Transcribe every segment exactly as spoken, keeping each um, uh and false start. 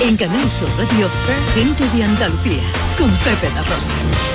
En Canal Sur Radio, Gente de Andalucía, con Pepe La Rosa.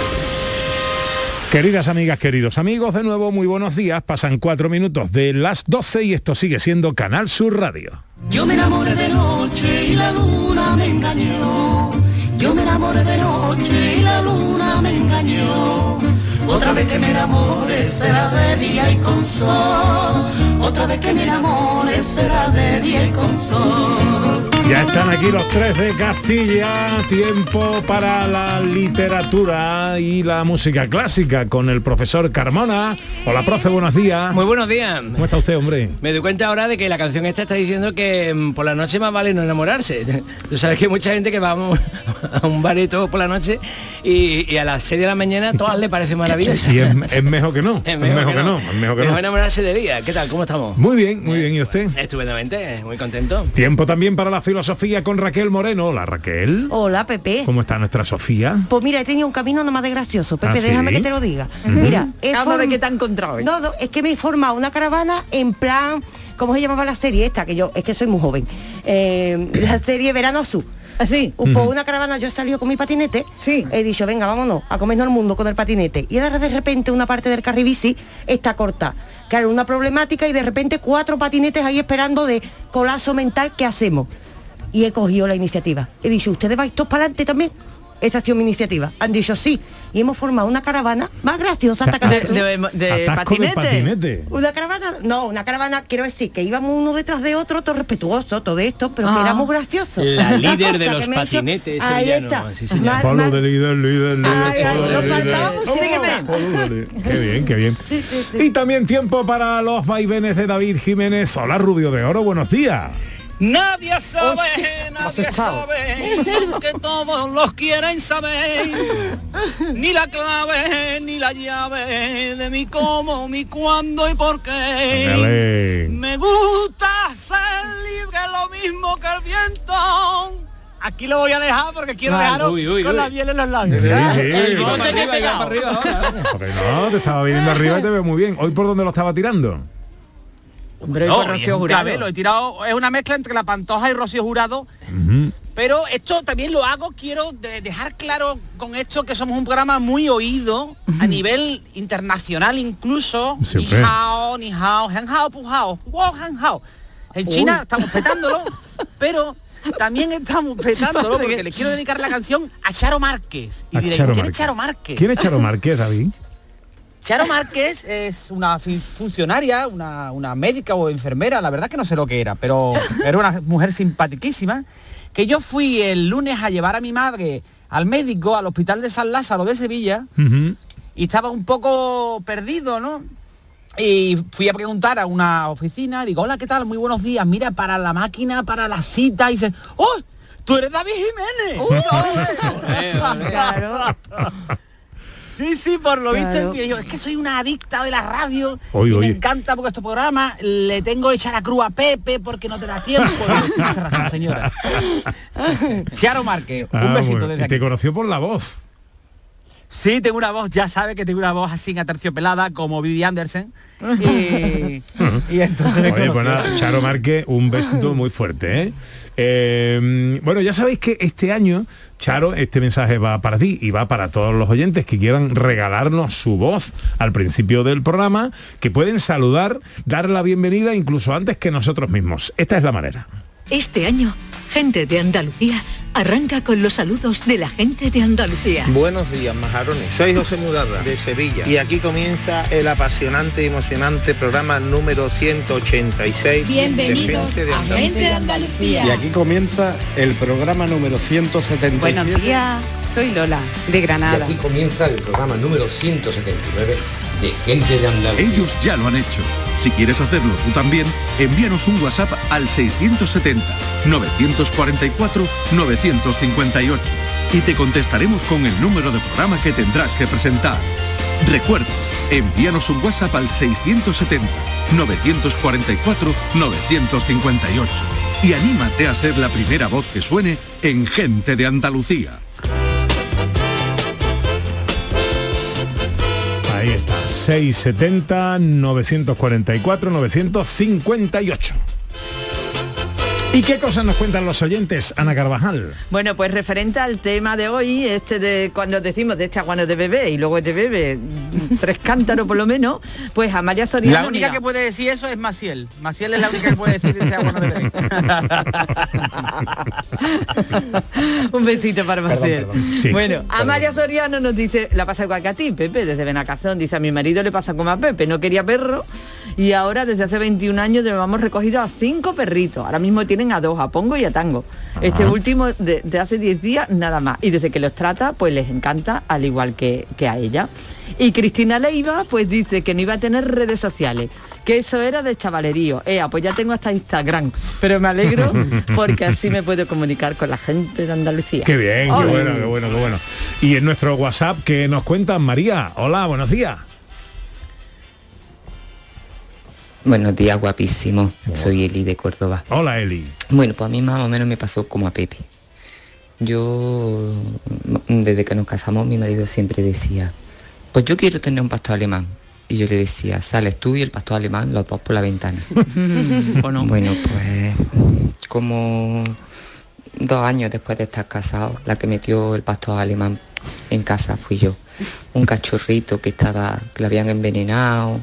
Queridas amigas, queridos amigos, de nuevo muy buenos días. Pasan cuatro minutos de las doce y esto sigue siendo Canal Sur Radio. Yo me enamoré de noche y la luna me engañó. Yo me enamoré de noche y la luna me engañó. Otra vez que me enamore será de día y con sol. Otra vez que me enamore será de día y con sol. Ya están aquí los tres de Castilla, tiempo para la literatura y la música clásica con el profesor Carmona. Hola, profe, buenos días. Muy buenos días. ¿Cómo está usted, hombre? Me doy cuenta ahora de que la canción esta está diciendo que mm, por la noche más vale no enamorarse. Tú sabes que hay mucha gente que va a un bareto por la noche y, y a las seis de la mañana todas le parecen maravillosas. Y es, es mejor que no. Es mejor, es mejor que, que no. no. Es mejor que mejor no. enamorarse de día. ¿Qué tal? ¿Cómo estamos? Muy bien, muy bien. ¿Y usted? Estupendamente, muy contento. Tiempo también para la filosofía con Raquel Moreno. Hola, Raquel. Hola, Pepe. ¿Cómo está nuestra Sofía? Pues mira, he tenido un camino nomás de gracioso. Pepe, ¿Ah, sí? déjame que te lo diga. Uh-huh. Mira, he Vamos a ver form- qué te han encontrado hoy. No, no, es que me he formado una caravana en plan, ¿cómo se llamaba la serie esta? Que yo, es que soy muy joven. Eh, la serie Verano Azul. Así. Uh, Por una caravana yo he salido con mi patinete. Sí. He dicho, venga, vámonos a comernos el mundo con el patinete. Y ahora de repente una parte del carril bici está corta. Claro, una problemática y de repente cuatro patinetes ahí esperando de colapso mental, ¿qué hacemos? Y he cogido la iniciativa. He dicho, ¿ustedes vais todos para adelante también? Esa ha sido mi iniciativa. Han dicho sí. Y hemos formado una caravana más graciosa hasta De, que... de, de Atasco de patinete. patinete. Una caravana, no, una caravana, quiero decir, que íbamos uno detrás de otro, todo respetuoso, todo esto, pero Ah. que éramos graciosos. La Una líder cosa de los que me ha hecho- patinetes Ahí sevillano, está. sí, señor. Mar- Polo mar- de líder, líder, líder. Ay, ay, polo de nos líder. faltaba musiquita. Polo de líder. Qué bien, qué bien. Sí, sí, sí. Y también tiempo para los vaivenes de David Jiménez. Hola, Rubio de Oro, buenos días. Nadie sabe, nadie asustado. sabe, que todos los quieren saber. Ni la clave, ni la llave de mi cómo, mi cuándo y por qué. Dale. Me gusta ser libre lo mismo que el viento. Aquí lo voy a dejar porque quiero Vale. dejaros Uy, uy, con uy. la piel en los labios. Sí, sí. El Porque bote que pega para arriba ahora. no, te estaba viniendo arriba y te veo muy bien. ¿Hoy por dónde lo estaba tirando? Hombre, No, con y es Rocío un Jurado. clave, lo he tirado, es una mezcla entre la Pantoja y Rocío Jurado. Ujú. Pero esto también lo hago, quiero de- dejar claro con esto que somos un programa muy oído a nivel internacional incluso. Ni Siempre. hao, ni hao, han hao, pu hao, guau, han hao. En China estamos petándolo, pero también estamos petándolo porque le quiero dedicar la canción a Charo Márquez. Y A diréis, Charo ¿quién es Márquez. Charo Márquez? ¿Quién es Charo Márquez, David? Charo Márquez es una fi- funcionaria, una, una médica o enfermera, la verdad que no sé lo que era, pero era una mujer simpaticísima, que yo fui el lunes a llevar a mi madre al médico, al hospital de San Lázaro de Sevilla, Ujú. y estaba un poco perdido, ¿no? Y fui a preguntar a una oficina, digo, hola, ¿qué tal? Muy buenos días, mira, para la máquina, para la cita, y dice, ¡oh! ¡Tú eres David Jiménez! Claro. Sí, sí, por lo visto, Claro. y yo, es que soy una adicta de la radio, Oye, y oye. me encanta porque estos programas le tengo hecha la cruz a Pepe porque no te da tiempo. Y tiene mucha razón, señora. Charo Márquez, un Ah, besito bueno, desde y aquí. te conoció por la voz. Sí, tengo una voz, ya sabe que tengo una voz así aterciopelada como Vivi Anderson. Y, y entonces me Oye, pues conoció. nada, Charo Márquez, un besito muy fuerte, ¿eh? Eh, bueno, ya sabéis que este año, Charo, este mensaje va para ti y va para todos los oyentes que quieran regalarnos su voz al principio del programa, que pueden saludar, dar la bienvenida incluso antes que nosotros mismos. Esta es la manera. Este año, Gente de Andalucía arranca con los saludos de la gente de Andalucía. Buenos días, majarones. Soy José Mudarra, de Sevilla. Y aquí comienza el apasionante y emocionante programa número ciento ochenta y seis Bienvenidos de Gente de a Andalucía. Gente de Andalucía. Y aquí comienza el programa número ciento setenta y siete. Buenos días, soy Lola, de Granada. Y aquí comienza el programa número ciento setenta y nueve de Gente de Andalucía. Ellos ya lo han hecho. Si quieres hacerlo tú también, envíanos un WhatsApp al seiscientos setenta, novecientos cuarenta y cuatro, novecientos cincuenta y ocho y te contestaremos con el número de programa que tendrás que presentar. Recuerda, envíanos un WhatsApp al seiscientos setenta, novecientos cuarenta y cuatro, novecientos cincuenta y ocho y anímate a ser la primera voz que suene en Gente de Andalucía. Ahí está, seiscientos setenta, novecientos cuarenta y cuatro, novecientos cincuenta y ocho. ¿Y qué cosas nos cuentan los oyentes, Ana Carvajal? Bueno, pues referente al tema de hoy, este de cuando decimos de este agua no es de bebé y luego es de bebé, tres cántaros por lo menos, pues Amalia Soriano... La única mira, que puede decir eso es Maciel. Maciel es la única que puede decir de este agua no es de bebé. un besito para Maciel. Perdón, perdón. Sí. Bueno, Amalia Soriano nos dice, la pasa igual que a ti, Pepe, desde Benacazón, dice, a mi marido le pasa como a Pepe, no quería perro y ahora desde hace veintiún años llevamos recogido a cinco perritos, ahora mismo tienen a dos, a Pongo y a Tango. Ajá. Este último de, de hace diez días nada más, y desde que los trata pues les encanta al igual que, que a ella. Y Cristina Leiva pues dice que no iba a tener redes sociales, que eso era de chavalerío. Ea, pues ya tengo hasta Instagram, pero me alegro porque así me puedo comunicar con la gente de Andalucía. Qué bien, qué ¡Ole! bueno, qué bueno, qué bueno. Y en nuestro WhatsApp, ¿qué nos cuentan? María, hola, buenos días. Buenos días, guapísimo. Soy Eli de Córdoba. Hola, Eli. Bueno, pues a mí más o menos me pasó como a Pepe. Yo, desde que nos casamos, mi marido siempre decía, pues yo quiero tener un pastor alemán. Y yo le decía, sales tú y el pastor alemán, los dos por la ventana. ¿O no? Bueno, pues como dos años después de estar casados, la que metió el pastor alemán en casa fui yo. Un cachorrito que estaba, que lo habían envenenado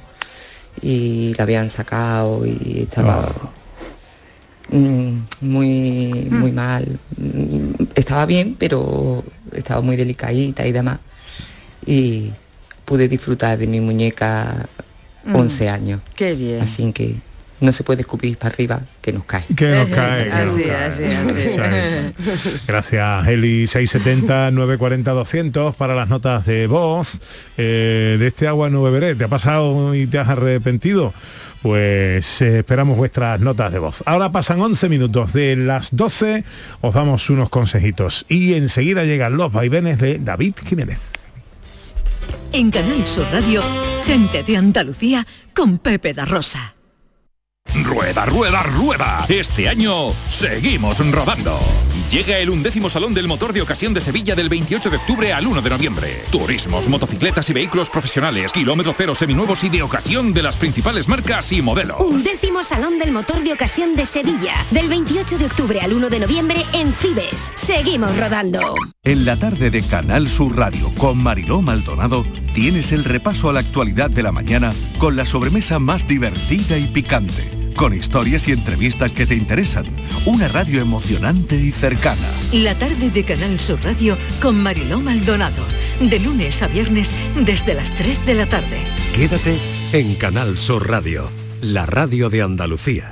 y la habían sacado y estaba oh. mm, muy muy mal. Estaba bien, pero estaba muy delicadita y demás. Y pude disfrutar de mi muñeca mm. once años. Qué bien. Así que no se puede escupir para arriba, que nos cae. Que nos cae, que así, nos cae. así, así, así. Gracias, Eli. Seis setenta, nueve cuarenta, doscientos para las notas de voz. Eh, de este agua no beberé. ¿Te ha pasado y te has arrepentido? Pues eh, esperamos vuestras notas de voz. Ahora pasan once minutos de las doce. Os damos unos consejitos. Y enseguida llegan los vaivenes de David Jiménez. En Canal Sur Radio, gente de Andalucía con Pepe da Rosa. Rueda, rueda, rueda. Este año seguimos rodando. Llega el undécimo Salón del Motor de Ocasión de Sevilla del veintiocho de octubre al uno de noviembre. Turismos, motocicletas y vehículos profesionales, kilómetro cero, seminuevos y de ocasión de las principales marcas y modelos. Undécimo Salón del Motor de Ocasión de Sevilla del veintiocho de octubre al uno de noviembre en Fibes. Seguimos rodando. En la tarde de Canal Sur Radio con Mariló Maldonado tienes el repaso a la actualidad de la mañana con la sobremesa más divertida y picante. Con historias y entrevistas que te interesan. Una radio emocionante y cercana. La tarde de Canal Sur Radio con Mariló Maldonado. De lunes a viernes desde las tres de la tarde. Quédate en Canal Sur Radio, la radio de Andalucía.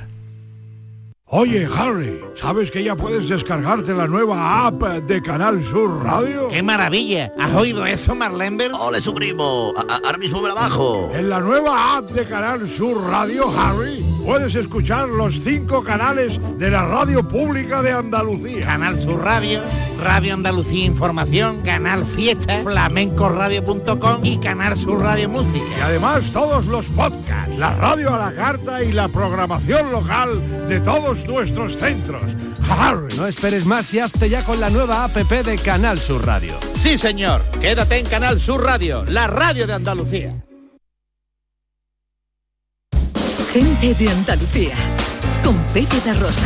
Oye, Harry, ¿sabes que ya puedes descargarte la nueva app de Canal Sur Radio? ¡Qué maravilla! ¿Has oído eso, Marlenber? ¡Ole, su primo! A ahora mismo me la bajo. En la nueva app de Canal Sur Radio, Harry, puedes escuchar los cinco canales de la radio pública de Andalucía. Canal Sur Radio, Radio Andalucía Información, Canal Fiesta, flamenco radio punto com y Canal Sur Radio Música. Y además todos los podcasts, la radio a la carta y la programación local de todos nuestros centros. Harry. No esperes más y hazte ya con la nueva app de Canal Sur Radio. Sí, señor. Quédate en Canal Sur Radio, la radio de Andalucía. Gente de Andalucía con Pepe da Rosa.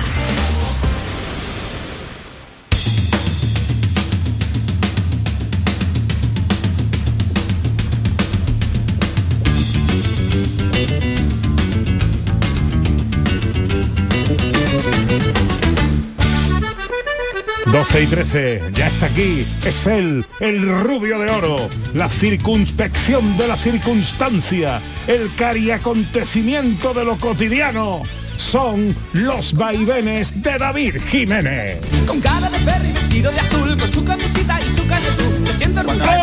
doce y trece, ya está aquí, es él, el rubio de oro, la circunspección de la circunstancia, el cariacontecimiento de lo cotidiano, son los vaivenes de David Jiménez. Con cara de Ferry, vestido de azul, con su camisita y su cañazú, se siente orgulloso.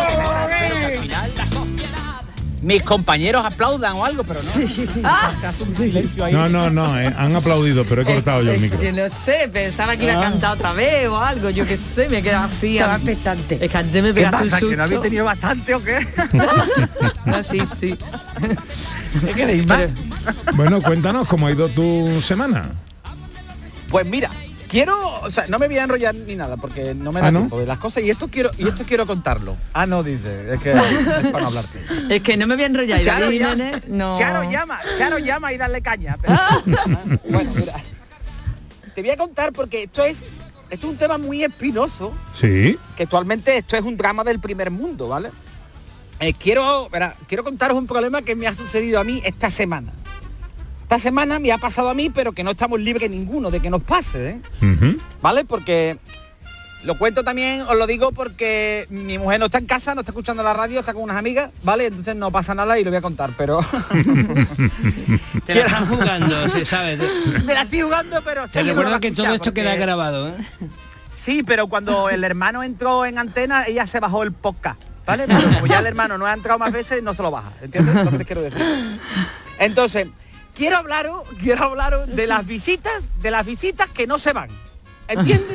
Mis compañeros aplaudan o algo, pero no. Sí. Ah. Se hace un silencio ahí. No, no, no, eh, han aplaudido, pero he cortado yo el micro. Que no sé, pensaba que iba a cantar otra vez o algo, yo qué sé, me he quedado así. Estaba expectante. Es que antes me ¿Qué pegaste un pasa? susto. ¿Que no habéis tenido bastante o qué? No, sí, sí. ¿Qué queréis más? Bueno, cuéntanos cómo ha ido tu semana. Pues mira, quiero, o sea, no me voy a enrollar ni nada porque no me da ¿Ah, no? tiempo de las cosas y esto quiero y esto quiero contarlo. Ah, no, dice, es que es para no hablarte. Es que no me voy a enrollar. Y Charo, David ya- Jiménez, no. Charo llama, Charo llama y darle caña. Pero, bueno, mira. te voy a contar porque esto es, esto es un tema muy espinoso. Sí. Que actualmente esto es un drama del primer mundo, ¿vale? Eh, quiero, verá, quiero contaros un problema que me ha sucedido a mí esta semana. Esta semana me ha pasado a mí, pero que no estamos libres ninguno de que nos pase, ¿eh? Uh-huh. ¿Vale? Porque lo cuento también, os lo digo porque mi mujer no está en casa, no está escuchando la radio, está con unas amigas, ¿vale? Entonces no pasa nada y lo voy a contar, pero... Te la están jugando, se sabe. Me la estoy jugando, pero... Te recuerdo que todo esto porque... queda grabado, ¿eh? Sí, pero cuando el hermano entró en antena, ella se bajó el podcast, ¿vale? Pero como ya el hermano no ha entrado más veces, no se lo baja, ¿entiendes? Lo que te quiero decir. Entonces, quiero hablaros, quiero hablaros de las visitas, de las visitas que no se van. ¿Entiendes?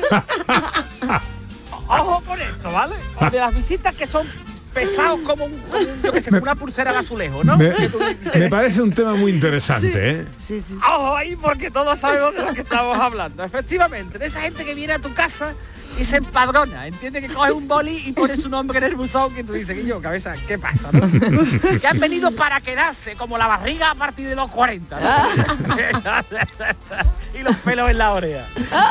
Ojo con esto, ¿vale? O de las visitas que son pesados como, un, como un, yo que sé, una pulsera de azulejo, ¿no? Me, me parece un tema muy interesante, sí, ¿eh? Sí, sí. Ojo ahí porque todos sabemos de lo que estamos hablando. Efectivamente, de esa gente que viene a tu casa y se empadrona, ¿entiendes? Que coge un boli y pone su nombre en el buzón que tú dices, que yo, cabeza, ¿qué pasa, no? Que han venido para quedarse, como la barriga a partir de los cuarenta, ¿no? Y los pelos en la oreja.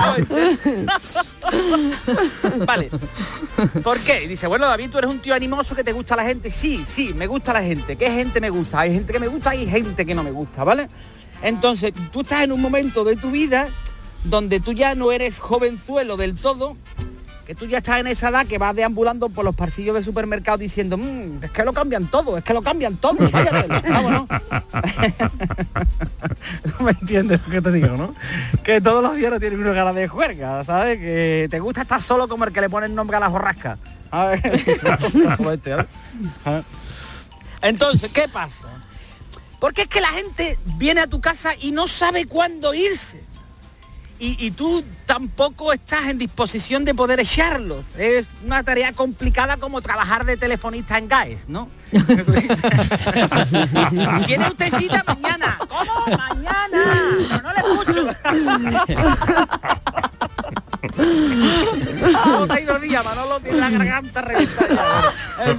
Vale. ¿Por qué? Dice, bueno, David, tú eres un tío animoso que te gusta la gente. Sí, sí, me gusta la gente. ¿Qué gente me gusta? Hay gente que me gusta y gente que no me gusta, ¿vale? Entonces, tú estás en un momento de tu vida donde tú ya no eres jovenzuelo del todo, que tú ya estás en esa edad que vas deambulando por los pasillos de supermercados diciendo, mmm, es que lo cambian todo, es que lo cambian todo, váyatelo, vámonos. No me entiendes lo que te digo, ¿no? Que todos los días no tienen una ganas de juerga, ¿sabes? Que te gusta estar solo como el que le pone el nombre a la borrasca. A ver, entonces, ¿qué pasa? Porque es que la gente viene a tu casa y no sabe cuándo irse. Y, y tú tampoco estás en disposición de poder echarlos. Es una tarea complicada como trabajar de telefonista en GAES, ¿no? ¿Tiene usted cita mañana? ¿Cómo? Mañana. No, no le escucho. No, te ha ido día, Manolo tiene la garganta reventada.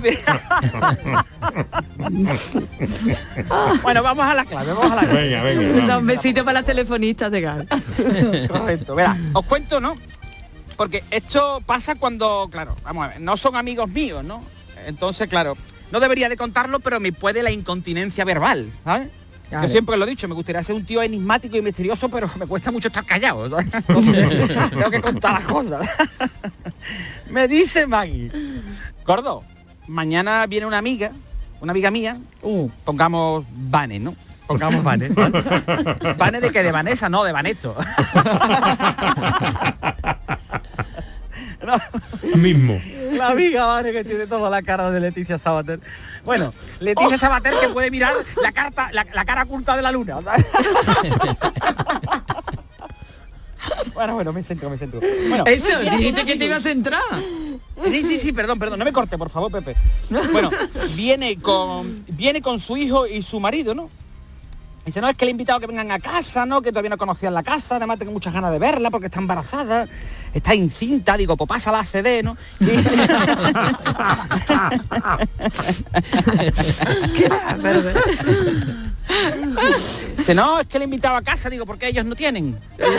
Bueno, vamos a la clave, vamos a la clave. Venga, venga. Un besito para las telefonistas de Gal. Correcto, verá, os cuento, ¿no? Porque esto pasa cuando, claro, vamos a ver, no son amigos míos, ¿no? Entonces, claro, no debería de contarlo, pero me puede la incontinencia verbal, ¿sabes? Claro. Yo siempre lo he dicho, me gustaría ser un tío enigmático y misterioso, pero me cuesta mucho estar callado, ¿sabes? Tengo que contar las cosas. Me dice Maggie, gordo, mañana viene una amiga, una amiga mía, uh, pongamos Vane, ¿no? Pongamos Vane. ¿Vale? ¿Vane de qué? De Vanessa, no, de Vanesto. No. Mismo. La amiga Vane que tiene toda la cara de Leticia Sabater. Bueno, Leticia oh. Sabater que puede mirar la carta, la, la cara oculta de la luna. Bueno, bueno, me centro, me centro. Bueno, eso, dijiste que te ibas a entrar. Sí, sí, sí, perdón, perdón, no me corte, por favor, Pepe. Bueno, viene con, viene con su hijo y su marido, ¿no? Dice, no, es que le he invitado a que vengan a casa, ¿no? Que todavía no conocían la casa, además tengo muchas ganas de verla porque está embarazada, está incinta, digo, pues pásala a C D, ¿no? Y... Dice, no, es que le he invitado a casa, digo, porque ellos no tienen.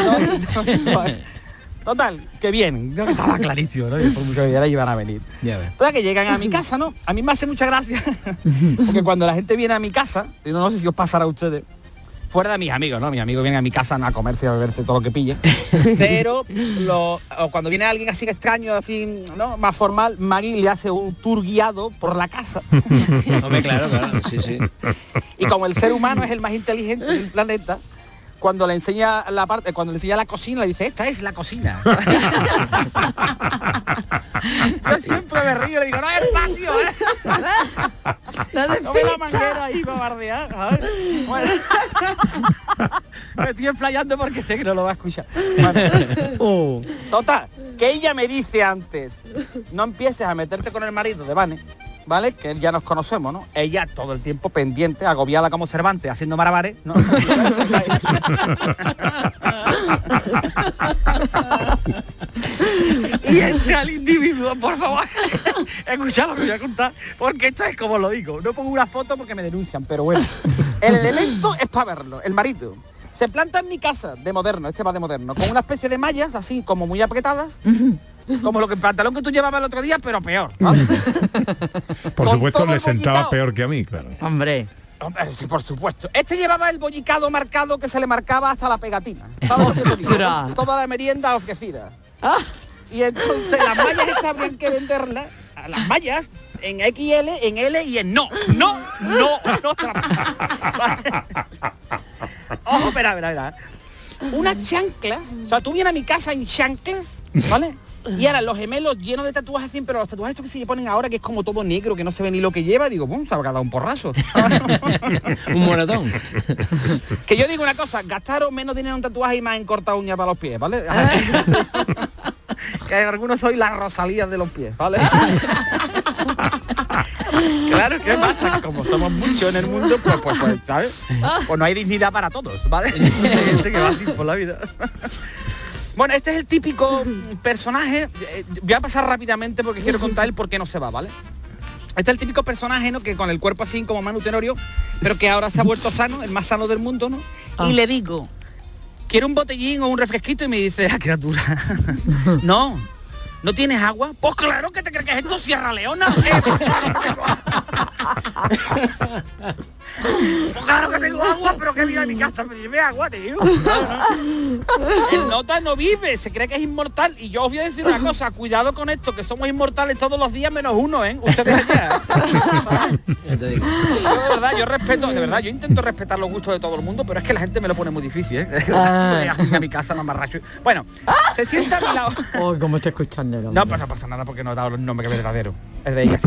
Total, que bien, yo que estaba clarísimo, ¿no? Y por mucho que ya iban a venir. Ya ves. Total, que llegan a mi casa, ¿no? A mí me hace mucha gracia, porque cuando la gente viene a mi casa, y no, no sé si os pasará a ustedes, fuera de mis amigos, ¿no? Mis amigos vienen a mi casa no a comerse y a beberse todo lo que pille. Pero lo, o cuando viene alguien así extraño, así, ¿no? Más formal, Maggie le hace un tour guiado por la casa. Hombre, claro, claro, sí, sí. Y como el ser humano es el más inteligente del planeta, cuando le enseña la parte, cuando le enseña la cocina, le dice, esta es la cocina. Yo siempre me río y le digo, no es el patio, ¿eh? No ve la manguera ahí para bardear, ¿sabes? Bueno. Me estoy explayando porque sé que no lo va a escuchar. Bueno. Oh. Total, que ella me dice antes, no empieces a meterte con el marido de Vane, ¿vale? Que ya nos conocemos, ¿no? Ella todo el tiempo pendiente, agobiada como Cervantes, haciendo malabares, ¿no? Y entra el individuo, por favor. Escuchad lo que voy a contar, porque esto es como lo digo. No pongo una foto porque me denuncian, pero bueno. El elemento es para verlo, el marido. Se planta en mi casa, de moderno, este va de moderno, con una especie de mallas, así como muy apretadas, como lo que el pantalón que tú llevabas el otro día, pero peor, ¿vale? Por Con supuesto todo le el sentaba bollicao. peor que a mí, claro. Hombre. Hombre, sí, por supuesto. Este llevaba el bollicado marcado que se le marcaba hasta la pegatina. ¿Sabes lo que te digo? Ostras. Toda la merienda ofrecida. Ah. Y entonces las mallas esas habrían que venderlas, a las mallas, en equis ele, en ele y en no. No, no, no. Ojo, espera, espera, espera. Unas chanclas, o sea, tú vienes a mi casa en chanclas, ¿vale? Y ahora los gemelos llenos de tatuajes, así, pero los tatuajes estos que se ponen ahora, que es como todo negro, que no se ve ni lo que lleva, digo, pum, se habrá dado un porrazo. Un moratón. Que yo digo una cosa, gastaros menos dinero en tatuajes y más en cortar uñas para los pies, ¿vale? Que algunos sois las Rosalías de los pies, ¿vale? Claro, ¿qué pasa? Como somos muchos en el mundo, pues, pues, pues, ¿sabes? Pues no hay dignidad para todos, ¿vale? Hay gente que va así por la vida. Bueno, este es el típico personaje, eh, voy a pasar rápidamente porque quiero contar el por qué no se va, ¿vale? Este es el típico personaje, ¿no? Que con el cuerpo así como Manu Tenorio, pero que ahora se ha vuelto sano, el más sano del mundo, ¿no? Ah. Y le digo, quiero un botellín o un refresquito, y me dice, la criatura, no, ¿no tienes agua? Pues claro, que te crees que es esto, Sierra Leona. Eh, pues claro que tengo agua, pero que vive a mi casa, me lleve agua, tío. No, no. El nota no vive, se cree que es inmortal. Y yo os voy a decir una cosa, cuidado con esto, que somos inmortales todos los días menos uno, ¿eh? Ustedes allá. Yo, de verdad, yo respeto, de verdad, yo intento respetar los gustos de todo el mundo, pero es que la gente me lo pone muy difícil, ¿eh? Ah. A mi casa, mamarracho. Bueno, se sienta a mi lado. Oh, ¿cómo está escuchando? No, pues no pasa nada porque no he dado el nombre verdadero. Es de ella.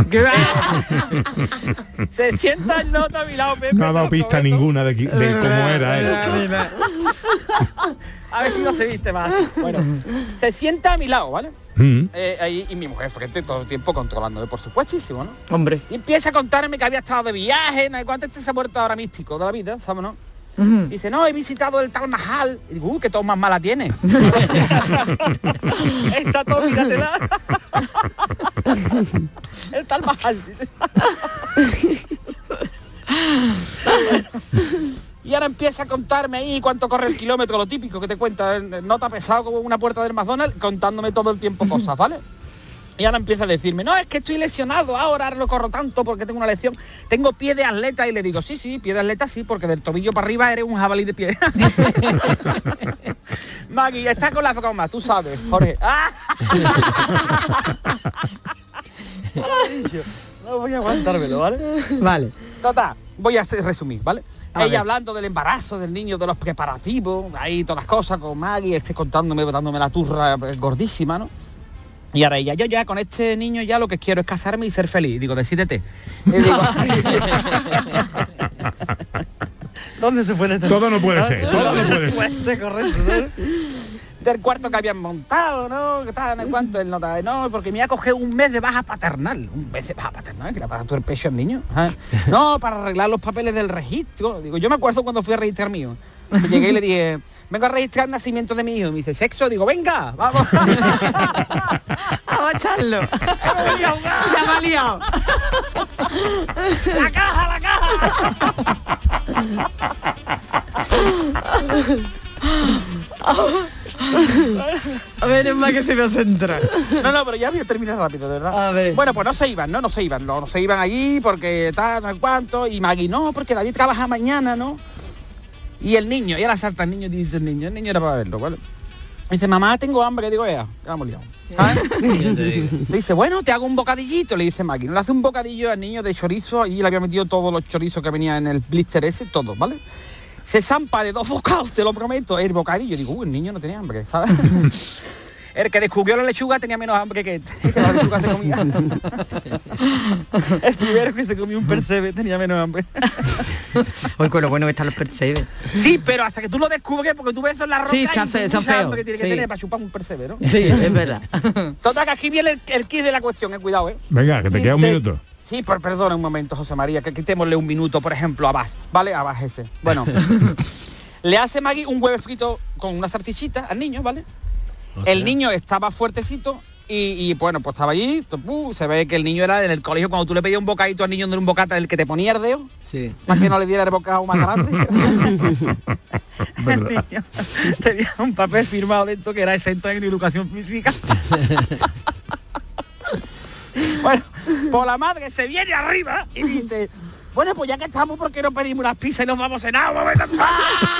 Se sienta el nota a mi lado, Pepe. No ha dado pista ninguna de, de cómo era él. A ver si no se viste más. Bueno, se sienta a mi lado, ¿vale? Mm. Eh, ahí, y mi mujer frente todo el tiempo controlándome, por supuestísimo, ¿no? Hombre. Y empieza a contarme que había estado de viaje, no sé cuánto, este se ha vuelto ahora místico de la vida, ¿sabes, no? Uh-huh. Dice, no, he visitado el Taj Mahal. Y digo, uh, que todo más mala tiene. Está todo, míratela. El Taj Mahal. Y ahora empieza a contarme ahí cuánto corre el kilómetro, lo típico que te cuenta, nota pesado como una puerta del McDonald's, contándome todo el tiempo cosas, ¿vale? Y ahora empieza a decirme, no, es que estoy lesionado, ahora, ahora no corro tanto porque tengo una lesión, tengo pie de atleta. Y le digo, sí, sí, pie de atleta sí, porque del tobillo para arriba eres un jabalí de pie. Maggie, está con la coma, tú sabes, Jorge. ¡Ah! No voy a aguantármelo, ¿vale? Vale. Total, voy a resumir, ¿vale? A Ella ver. hablando del embarazo del niño, de los preparativos, ahí todas las cosas con Maggie, este contándome, dándome la turra gordísima, ¿no? Y ahora ella, yo ya con este niño ya lo que quiero es casarme y ser feliz. Digo, decídete. Y digo, ¿dónde se puede estar? Todo no puede ser, todo no puede ser. Correcto, ¿no? Del cuarto que habían montado, ¿no? Que tal, en cuanto él nota, no, porque me ha cogido un mes de baja paternal. Un mes de baja paternal, que le pasa todo el pecho al niño. ¿Eh? No, para arreglar los papeles del registro. Digo, yo me acuerdo cuando fui a registrar mío. Llegué y le dije, vengo a registrar el nacimiento de mi hijo. Y me dice, ¿sexo? Digo, venga, vamos. Vamos a echarlo. Ya me ha liado. ¡La caja, la caja! A ver, es más que se me hace entrar. No, no, pero ya voy a terminar rápido, de verdad. A ver. Bueno, pues no se iban, no, no se iban, no, no se iban allí porque tal, no sé cuánto. Y Maggie, no, porque David trabaja mañana, ¿no? Y el niño, y ahora salta el niño, dice el niño, el niño era para verlo, ¿vale? Dice, mamá, tengo hambre. Digo, ya, ya hemos liado. Dice, bueno, te hago un bocadillito, le dice Maggie. No le hace un bocadillo al niño de chorizo, allí le había metido todos los chorizos que venían en el blister ese, todos, ¿vale? Se zampa de dos bocados, te lo prometo, el bocadillo. Digo, uy, el niño no tenía hambre, ¿sabes? El que descubrió la lechuga tenía menos hambre que este. Que la lechuga se comía. El primero que se comió un percebe tenía menos hambre. Hoy con lo bueno que están los percebes. Sí, pero hasta que tú lo descubres, porque tú ves eso en la roca Sí, y se hace- mucha se hace feo, hambre que tiene sí. que tener para chupar un percebe, ¿no? Sí, es verdad. Total, que aquí viene el, el kit de la cuestión, eh, cuidado, ¿eh? Venga, que te queda un Dice- minuto. Sí, por, perdona un momento, José María, que quitémosle un minuto, por ejemplo, a Bas, ¿vale? A Bas ese. Bueno, le hace Maggie un huevo frito con una salchichita al niño, ¿vale? El niño estaba fuertecito Y, y bueno, pues estaba allí, uh, se ve que el niño era en el colegio, cuando tú le pedías un bocadito al niño de un bocata, el que te ponía el dedo, sí, para que no le diera el bocado más grande. El niño tenía un papel firmado dentro que era exento en educación física. Bueno, por la madre se viene arriba y dice, bueno, pues ya que estamos, ¿por qué no pedimos unas pizzas y nos vamos a cenar? ¡Vamos a tu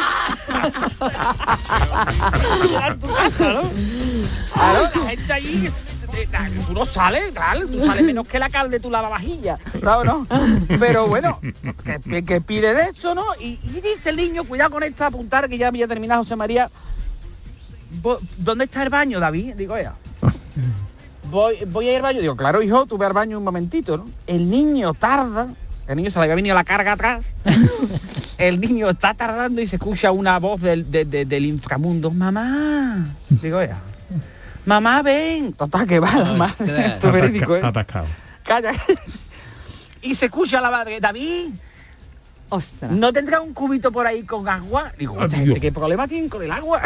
casa! Tu casa, ¿no? Claro, la gente allí, tú no sales, tal, tú sales menos que la cal de tu lavavajilla, ¿sabes, no? Pero bueno, que, que pide de eso, ¿no? Y, y dice el niño, cuidado con esto, apuntar, que ya había terminado José María. ¿Dónde está el baño, David? Digo, ya. Voy, voy a ir al baño. Digo, claro, hijo, tú ve al baño un momentito, ¿no? El niño tarda, el niño se le había venido la carga atrás. El niño está tardando y se escucha una voz del, de, de, del inframundo. Mamá. Digo, ya. Mamá, ven. Total, que va la madre. Esto es verídico, ¿eh? Atascado. Calla. Y se escucha la madre. David. Ostras. ¿No tendrá un cubito por ahí con agua? Digo, esta gente, ¿qué problema tienen con el agua?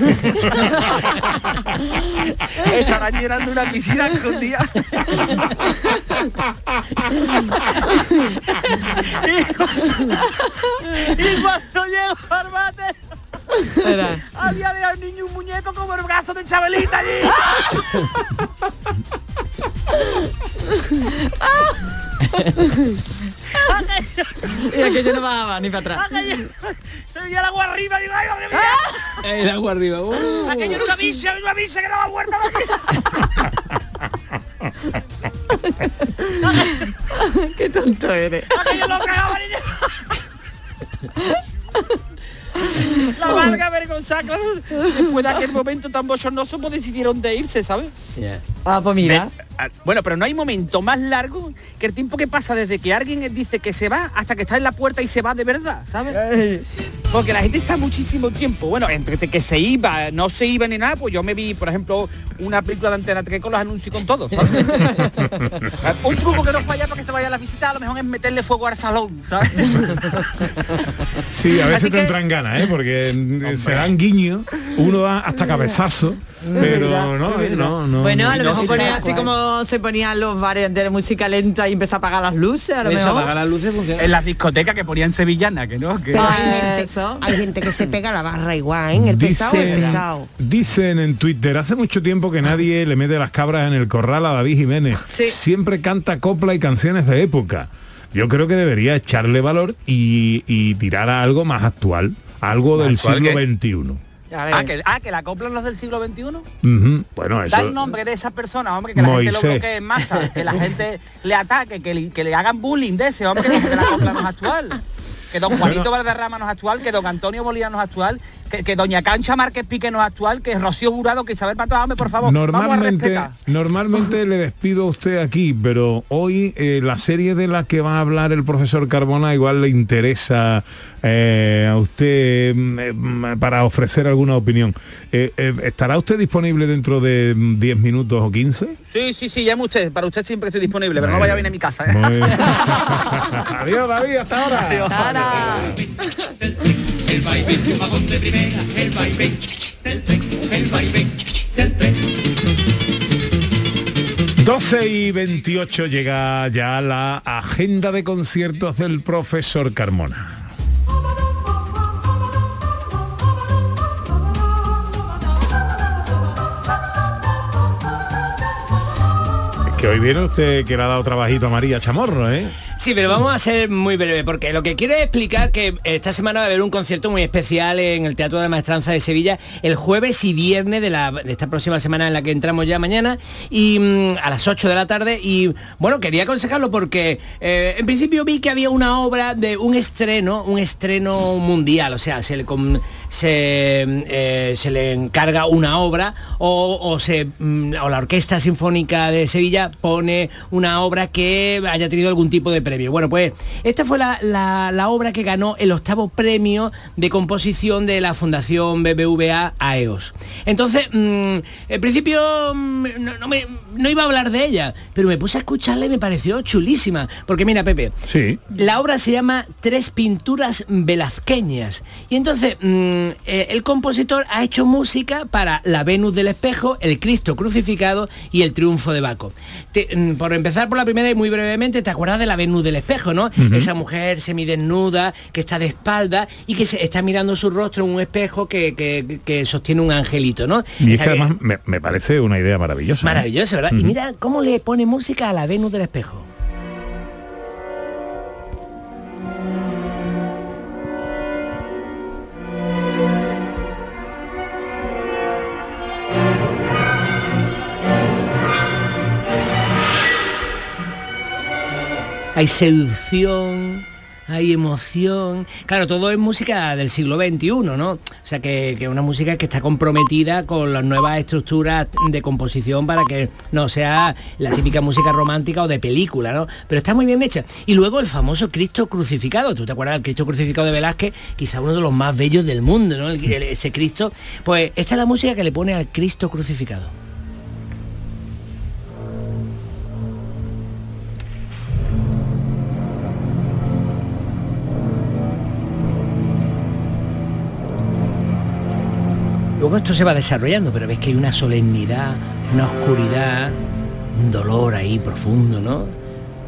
Estarán llenando una piscina escondida. y, y cuando llego al váter, había dejado al niño un muñeco como el brazo de Chabelita allí. Y aquello no bajaba ni para atrás. Aquello, se veía el agua arriba, digo, ay, madre mía. El agua arriba. Uh. Aquello era una bicha, una bicha que daba vuelta. Qué tonto eres. Aquello lo cagaba, niño. La valga avergonzada, claro. Después de aquel momento tan bochornoso, pues decidieron de irse, ¿sabes? Yeah. Ah, pues mira. De, a, bueno, pero no hay momento más largo que el tiempo que pasa desde que alguien dice que se va hasta que está en la puerta y se va de verdad, ¿sabes? Ay. Porque la gente está muchísimo tiempo. Bueno, entre que se iba, no se iba ni nada, pues yo me vi, por ejemplo, una película de Antena tres con los anuncios y con todo, ¿sabes? Un truco que no falla para que se vaya a la visita, a lo mejor es meterle fuego al salón, ¿sabes? Sí, a veces Así te que, entran ganas, ¿eh? Porque hombre, se dan guiños, uno da hasta cabezazo, pero no, no, no. Bueno, a lo no, mejor no, ponía no, así no. como se ponían los bares de música lenta y empezó a apagar las luces, a lo Eso, mejor. apagar las luces funciona. En las discotecas que ponían sevillana, que no, que Pero hay gente, hay gente que se pega la barra igual, ¿eh? El pesado es Dicen, pesado. dicen en Twitter, hace mucho tiempo que nadie le mete las cabras en el corral a David Jiménez. Sí. Siempre canta copla y canciones de época. Yo creo que debería echarle valor y, y tirar a algo más actual, algo del ¿Actual siglo qué? veintiuno. Ah, que, ah, que la coplan los del siglo veintiuno. Uh-huh. Bueno, eso... Da el nombre de esa persona, hombre, que la gente lo Moisés. bloquee en masa, que la gente le ataque, que le, que le hagan bullying de ese hombre, que la copla no es actual. Que don Juanito Bueno. Valderrama no es actual, que don Antonio Bolívar no es actual, que, que doña Cancha Márquez Pique no es actual, que Rocío Jurado, que Isabel Pato, hombre, por favor, vamos a Normalmente, respetar. normalmente le despido a usted aquí, pero hoy eh, la serie de la que va a hablar el profesor Carbona igual le interesa eh, a usted eh, para ofrecer alguna opinión. Eh, eh, ¿Estará usted disponible dentro de diez minutos o quince? Sí, sí, sí, llame usted, para usted siempre estoy disponible, pero no vaya a venir a mi casa. ¿eh? Muy bien. Adiós, David, hasta ahora. Adiós. El vaivén de un vagón de primera, el vaivén del tren, el vaivén del tren. doce y veintiocho llega ya la agenda de conciertos del profesor Carmona. Es que hoy viene usted que le ha dado trabajito a María Chamorro, ¿eh? Sí, pero vamos a ser muy breve, porque lo que quiero es explicar que esta semana va a haber un concierto muy especial en el Teatro de la Maestranza de Sevilla, el jueves y viernes de, la, de esta próxima semana en la que entramos ya mañana, y mm, a las ocho de la tarde, y bueno, quería aconsejarlo porque eh, en principio vi que había una obra de un estreno, un estreno mundial, o sea, se le, con, se, eh, se le encarga una obra, o, o, se, mm, o la Orquesta Sinfónica de Sevilla pone una obra que haya tenido algún tipo de premio. Bueno, pues esta fue la, la, la obra que ganó el octavo premio de composición de la Fundación B B V A A E O S. Entonces, mmm, en principio mmm, no, no, me, no iba a hablar de ella, pero me puse a escucharla y me pareció chulísima. Porque mira, Pepe, sí. La obra se llama Tres pinturas velazqueñas. Y entonces, mmm, eh, el compositor ha hecho música para la Venus del espejo, el Cristo crucificado y el triunfo de Baco. Te, mm, por empezar por la primera y muy brevemente, ¿te acuerdas de la Venus del espejo, no? Uh-huh. Esa mujer semidesnuda que está de espalda y que se está mirando su rostro en un espejo que, que, que sostiene un angelito, ¿no? Y es está que además me, me parece una idea maravillosa. Maravillosa, ¿verdad? Uh-huh. Y mira cómo le pone música a la Venus del espejo. Hay seducción, hay emoción. Claro, todo es música del siglo veintiuno, ¿no? O sea, que, que una música que está comprometida con las nuevas estructuras de composición para que no sea la típica música romántica o de película, ¿no? Pero está muy bien hecha. Y luego el famoso Cristo crucificado. ¿Tú te acuerdas del Cristo crucificado de Velázquez? Quizá uno de los más bellos del mundo, ¿no? El, el, ese Cristo. Pues esta es la música que le pone al Cristo crucificado. Luego esto se va desarrollando, pero ves que hay una solemnidad, una oscuridad, un dolor ahí profundo, ¿no?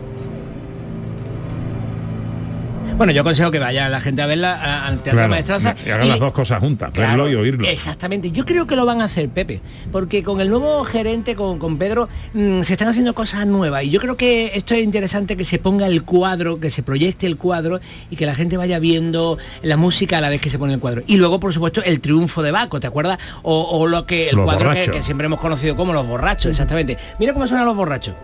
Bueno, yo aconsejo que vaya la gente a verla a, al Teatro Claro, Maestranza. y hagan las dos cosas juntas, Claro, verlo y oírlo. Exactamente, yo creo que lo van a hacer, Pepe, porque con el nuevo gerente, con, con Pedro, mmm, se están haciendo cosas nuevas y yo creo que esto es interesante, que se ponga el cuadro, que se proyecte el cuadro y que la gente vaya viendo la música a la vez que se pone el cuadro. Y luego, por supuesto, el triunfo de Baco, ¿te acuerdas? O, o lo que el Los cuadro que, borrachos. que siempre hemos conocido como Los Borrachos, exactamente. Mira cómo suenan Los Borrachos.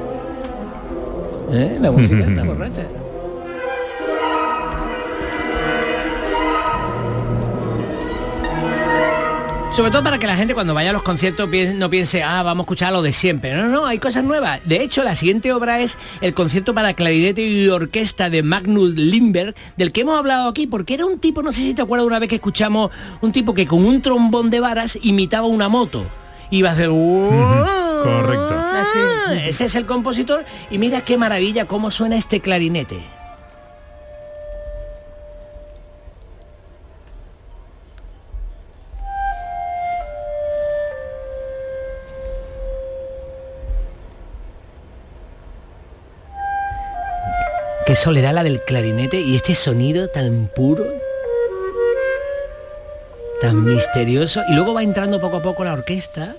¿Eh? La música está borracha. Sobre todo para que la gente cuando vaya a los conciertos piense, no piense, ah, vamos a escuchar lo de siempre. No, no, hay cosas nuevas. De hecho, la siguiente obra es el concierto para clarinete y orquesta de Magnus Lindberg, del que hemos hablado aquí, porque era un tipo, no sé si te acuerdas una vez que escuchamos un tipo que con un trombón de varas imitaba una moto. Iba a hacer... Uh-huh. Correcto. Ah, ese es el compositor y mira qué maravilla cómo suena este clarinete. Qué soledad la del clarinete y este sonido tan puro, tan misterioso. Y luego va entrando poco a poco la orquesta.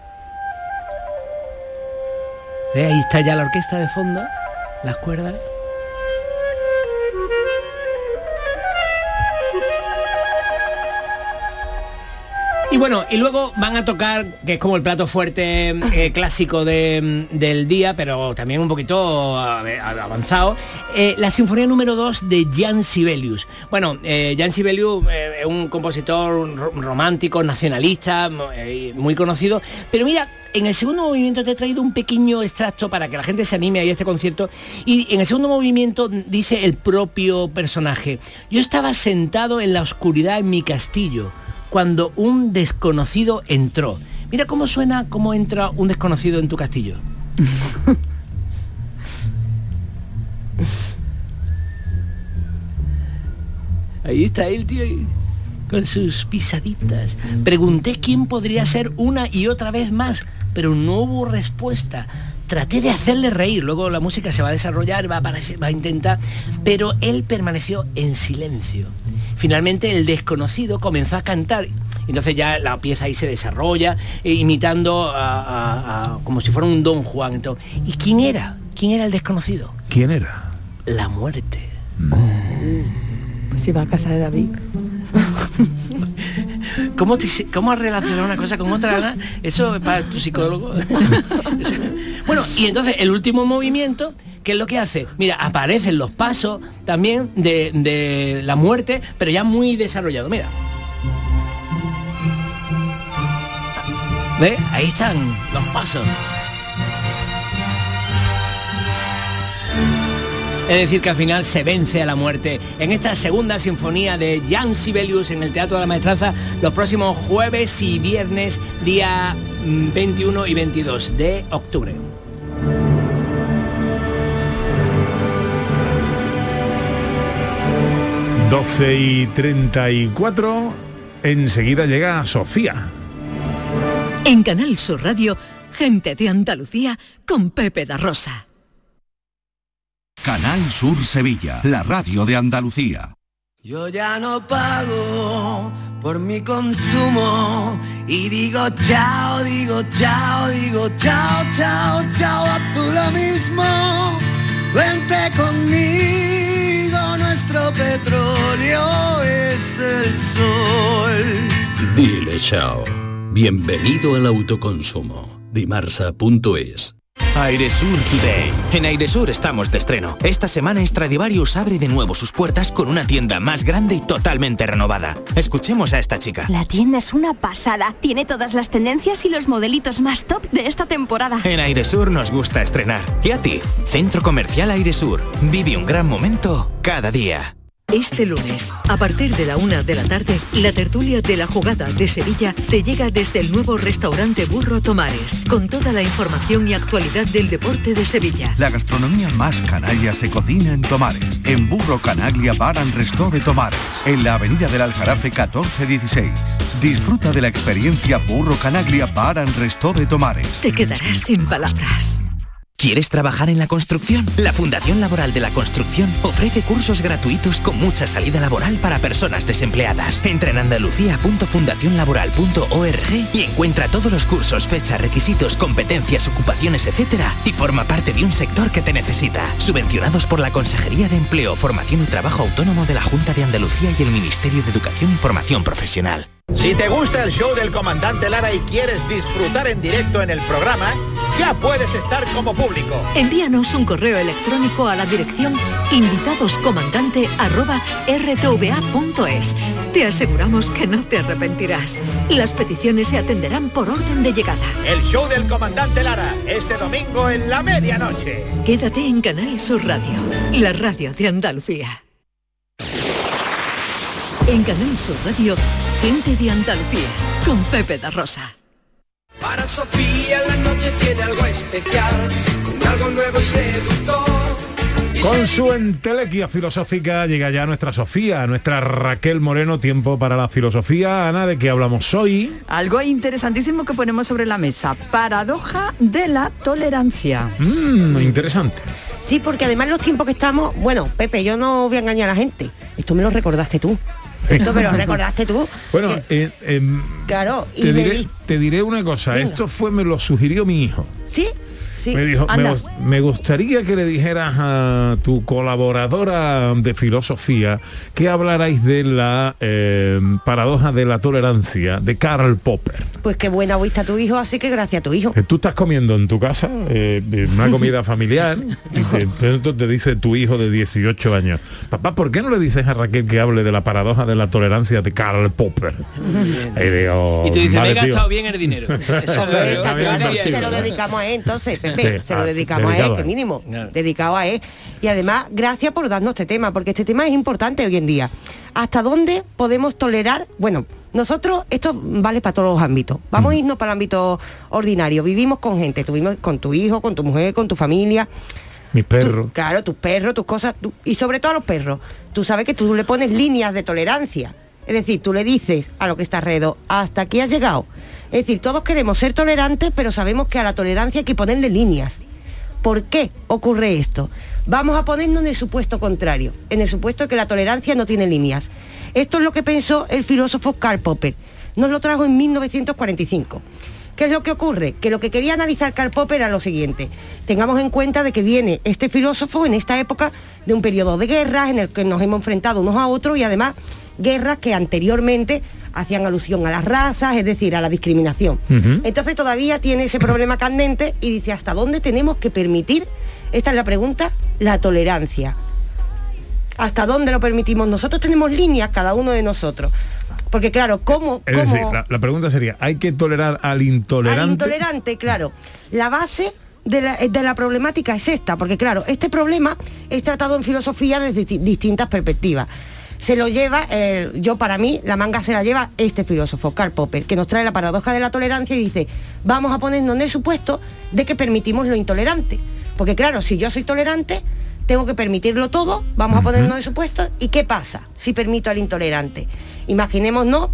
¿Ve? Ahí está ya la orquesta de fondo, las cuerdas. Y bueno, y luego van a tocar, que es como el plato fuerte eh, clásico de, del día, pero también un poquito a ver, avanzado, eh, la sinfonía número dos de Jan Sibelius. Bueno, eh, Jan Sibelius eh, es un compositor romántico, nacionalista, eh, muy conocido, pero mira, en el segundo movimiento te he traído un pequeño extracto para que la gente se anime a ir a este concierto, y en el segundo movimiento dice el propio personaje: yo estaba sentado en la oscuridad en mi castillo cuando un desconocido entró. Mira cómo suena, cómo entra un desconocido en tu castillo. Ahí está él, tío, con sus pisaditas. Pregunté quién podría ser una y otra vez más, pero no hubo respuesta. Traté de hacerle reír, luego la música se va a desarrollar, va a aparecer, va a intentar, pero él permaneció en silencio. Finalmente el desconocido comenzó a cantar, entonces ya la pieza ahí se desarrolla, eh, imitando a, a, a, como si fuera un Don Juan. Entonces, ¿y quién era? ¿Quién era el desconocido? ¿Quién era? La muerte. Mm. Pues si va a casa de David. ¿Cómo, te, ¿Cómo has relacionado una cosa con otra, Ana? Eso es para tu psicólogo. Bueno, y entonces el último movimiento, ¿qué es lo que hace? Mira, aparecen los pasos también de, de la muerte, pero ya muy desarrollado. Mira. ¿Ves? Ahí están los pasos. Es decir, que al final se vence a la muerte en esta segunda sinfonía de Jan Sibelius en el Teatro de la Maestranza los próximos jueves y viernes, día veintiuno y veintidós de octubre. doce y treinta y cuatro, enseguida llega Sofía. En Canal Sur Radio, Gente de Andalucía con Pepe da Rosa. Canal Sur Sevilla, la radio de Andalucía. Yo ya no pago por mi consumo y digo chao, digo chao, digo chao, chao, chao, a tú lo mismo. Vente conmigo, nuestro petróleo es el sol. Dile chao. Bienvenido al autoconsumo. Dimarsa punto es. Airesur Today. En Airesur estamos de estreno. Esta semana Stradivarius abre de nuevo sus puertas con una tienda más grande y totalmente renovada. Escuchemos a esta chica. La tienda es una pasada. Tiene todas las tendencias y los modelitos más top de esta temporada. En Airesur nos gusta estrenar. ¿Y a ti? Centro Comercial Airesur. Vive un gran momento cada día. Este lunes, a partir de la una de la tarde, la tertulia de la jugada de Sevilla te llega desde el nuevo restaurante Burro Tomares, con toda la información y actualidad del deporte de Sevilla. La gastronomía más canalla se cocina en Tomares, en Burro Canaglia Bar and Restó de Tomares, en la avenida del Aljarafe catorce dieciséis. Disfruta de la experiencia Burro Canaglia Bar and Restó de Tomares. Te quedarás sin palabras. ¿Quieres trabajar en la construcción? La Fundación Laboral de la Construcción ofrece cursos gratuitos con mucha salida laboral para personas desempleadas. Entra en andalucía punto fundación laboral punto org y encuentra todos los cursos, fechas, requisitos, competencias, ocupaciones, etcétera, y forma parte de un sector que te necesita. Subvencionados por la Consejería de Empleo, Formación y Trabajo Autónomo de la Junta de Andalucía y el Ministerio de Educación y Formación Profesional. Si te gusta el show del comandante Lara y quieres disfrutar en directo en el programa, ya puedes estar como público. Envíanos un correo electrónico a la dirección invitadoscomandante arroba r t v a punto es. Te aseguramos que no te arrepentirás. Las peticiones se atenderán por orden de llegada. El show del comandante Lara, este domingo en la medianoche. Quédate en Canal Sur Radio, la radio de Andalucía. En Canal Sur Radio, Gente de Andalucía, con Pepe da Rosa. Para Sofía la noche tiene algo especial, con algo nuevo y seductor. Con su entelequia filosófica llega ya nuestra Sofía, nuestra Raquel Moreno. Tiempo para la filosofía. Ana, ¿de qué hablamos hoy? Algo interesantísimo que ponemos sobre la mesa. Paradoja de la tolerancia. Mmm, interesante. Sí, porque además los tiempos que estamos... Bueno, Pepe, yo no voy a engañar a la gente. Esto me lo recordaste tú. Esto me lo recordaste tú. Bueno, eh, eh, claro, y te, me diré, di... te diré una cosa. Venga. Esto fue, me lo sugirió mi hijo. ¿Sí? Sí. Me dijo, me, me gustaría que le dijeras a tu colaboradora de filosofía que hablarais de la eh, paradoja de la tolerancia de Karl Popper. Pues qué buena vista tu hijo, así que gracias a tu hijo. Que tú estás comiendo en tu casa, eh, una comida familiar, y te, entonces te dice tu hijo de dieciocho años, papá, ¿por qué no le dices a Raquel que hable de la paradoja de la tolerancia de Karl Popper? Y, digo, y tú dices, vale, me he gastado bien el dinero. Eso está claro, se lo dedicamos a él, entonces, Pepe, sí, se lo dedicamos a él, que mínimo, no. dedicado a él. Y además, gracias por darnos este tema, porque este tema es importante hoy en día. ¿Hasta dónde podemos tolerar? Bueno, nosotros, esto vale para todos los ámbitos. Vamos mm. a irnos para el ámbito ordinario. Vivimos con gente, tuvimos con tu hijo, con tu mujer, con tu familia. Mi perro. Tú, claro, tus perros, tus cosas, tú, y sobre todo a los perros. Tú sabes que tú le pones líneas de tolerancia. Es decir, tú le dices a lo que está alrededor, hasta aquí has llegado. Es decir, todos queremos ser tolerantes, pero sabemos que a la tolerancia hay que ponerle líneas. ¿Por qué ocurre esto? Vamos a ponernos en el supuesto contrario, en el supuesto de que la tolerancia no tiene líneas. Esto es lo que pensó el filósofo Karl Popper. Nos lo trajo en mil novecientos cuarenta y cinco. ¿Qué es lo que ocurre? Que lo que quería analizar Karl Popper era lo siguiente. Tengamos en cuenta de que viene este filósofo en esta época de un periodo de guerras en el que nos hemos enfrentado unos a otros y además guerras que anteriormente hacían alusión a las razas, es decir, a la discriminación. Uh-huh. Entonces todavía tiene ese problema candente y dice, ¿hasta dónde tenemos que permitir? Esta es la pregunta, la tolerancia. ¿Hasta dónde lo permitimos? Nosotros tenemos líneas, cada uno de nosotros. Porque claro, ¿cómo...? Es cómo... decir, la, la pregunta sería, ¿hay que tolerar al intolerante? Al intolerante, claro. La base de la, de la problemática es esta, porque claro, este problema es tratado en filosofía desde distintas perspectivas. Se lo lleva, eh, yo para mí, la manga se la lleva este filósofo, Karl Popper, que nos trae la paradoja de la tolerancia y dice, vamos a ponernos en el supuesto de que permitimos lo intolerante. Porque claro, si yo soy tolerante, tengo que permitirlo todo, vamos a ponernos en el supuesto, ¿y qué pasa si permito al intolerante? Imaginémonos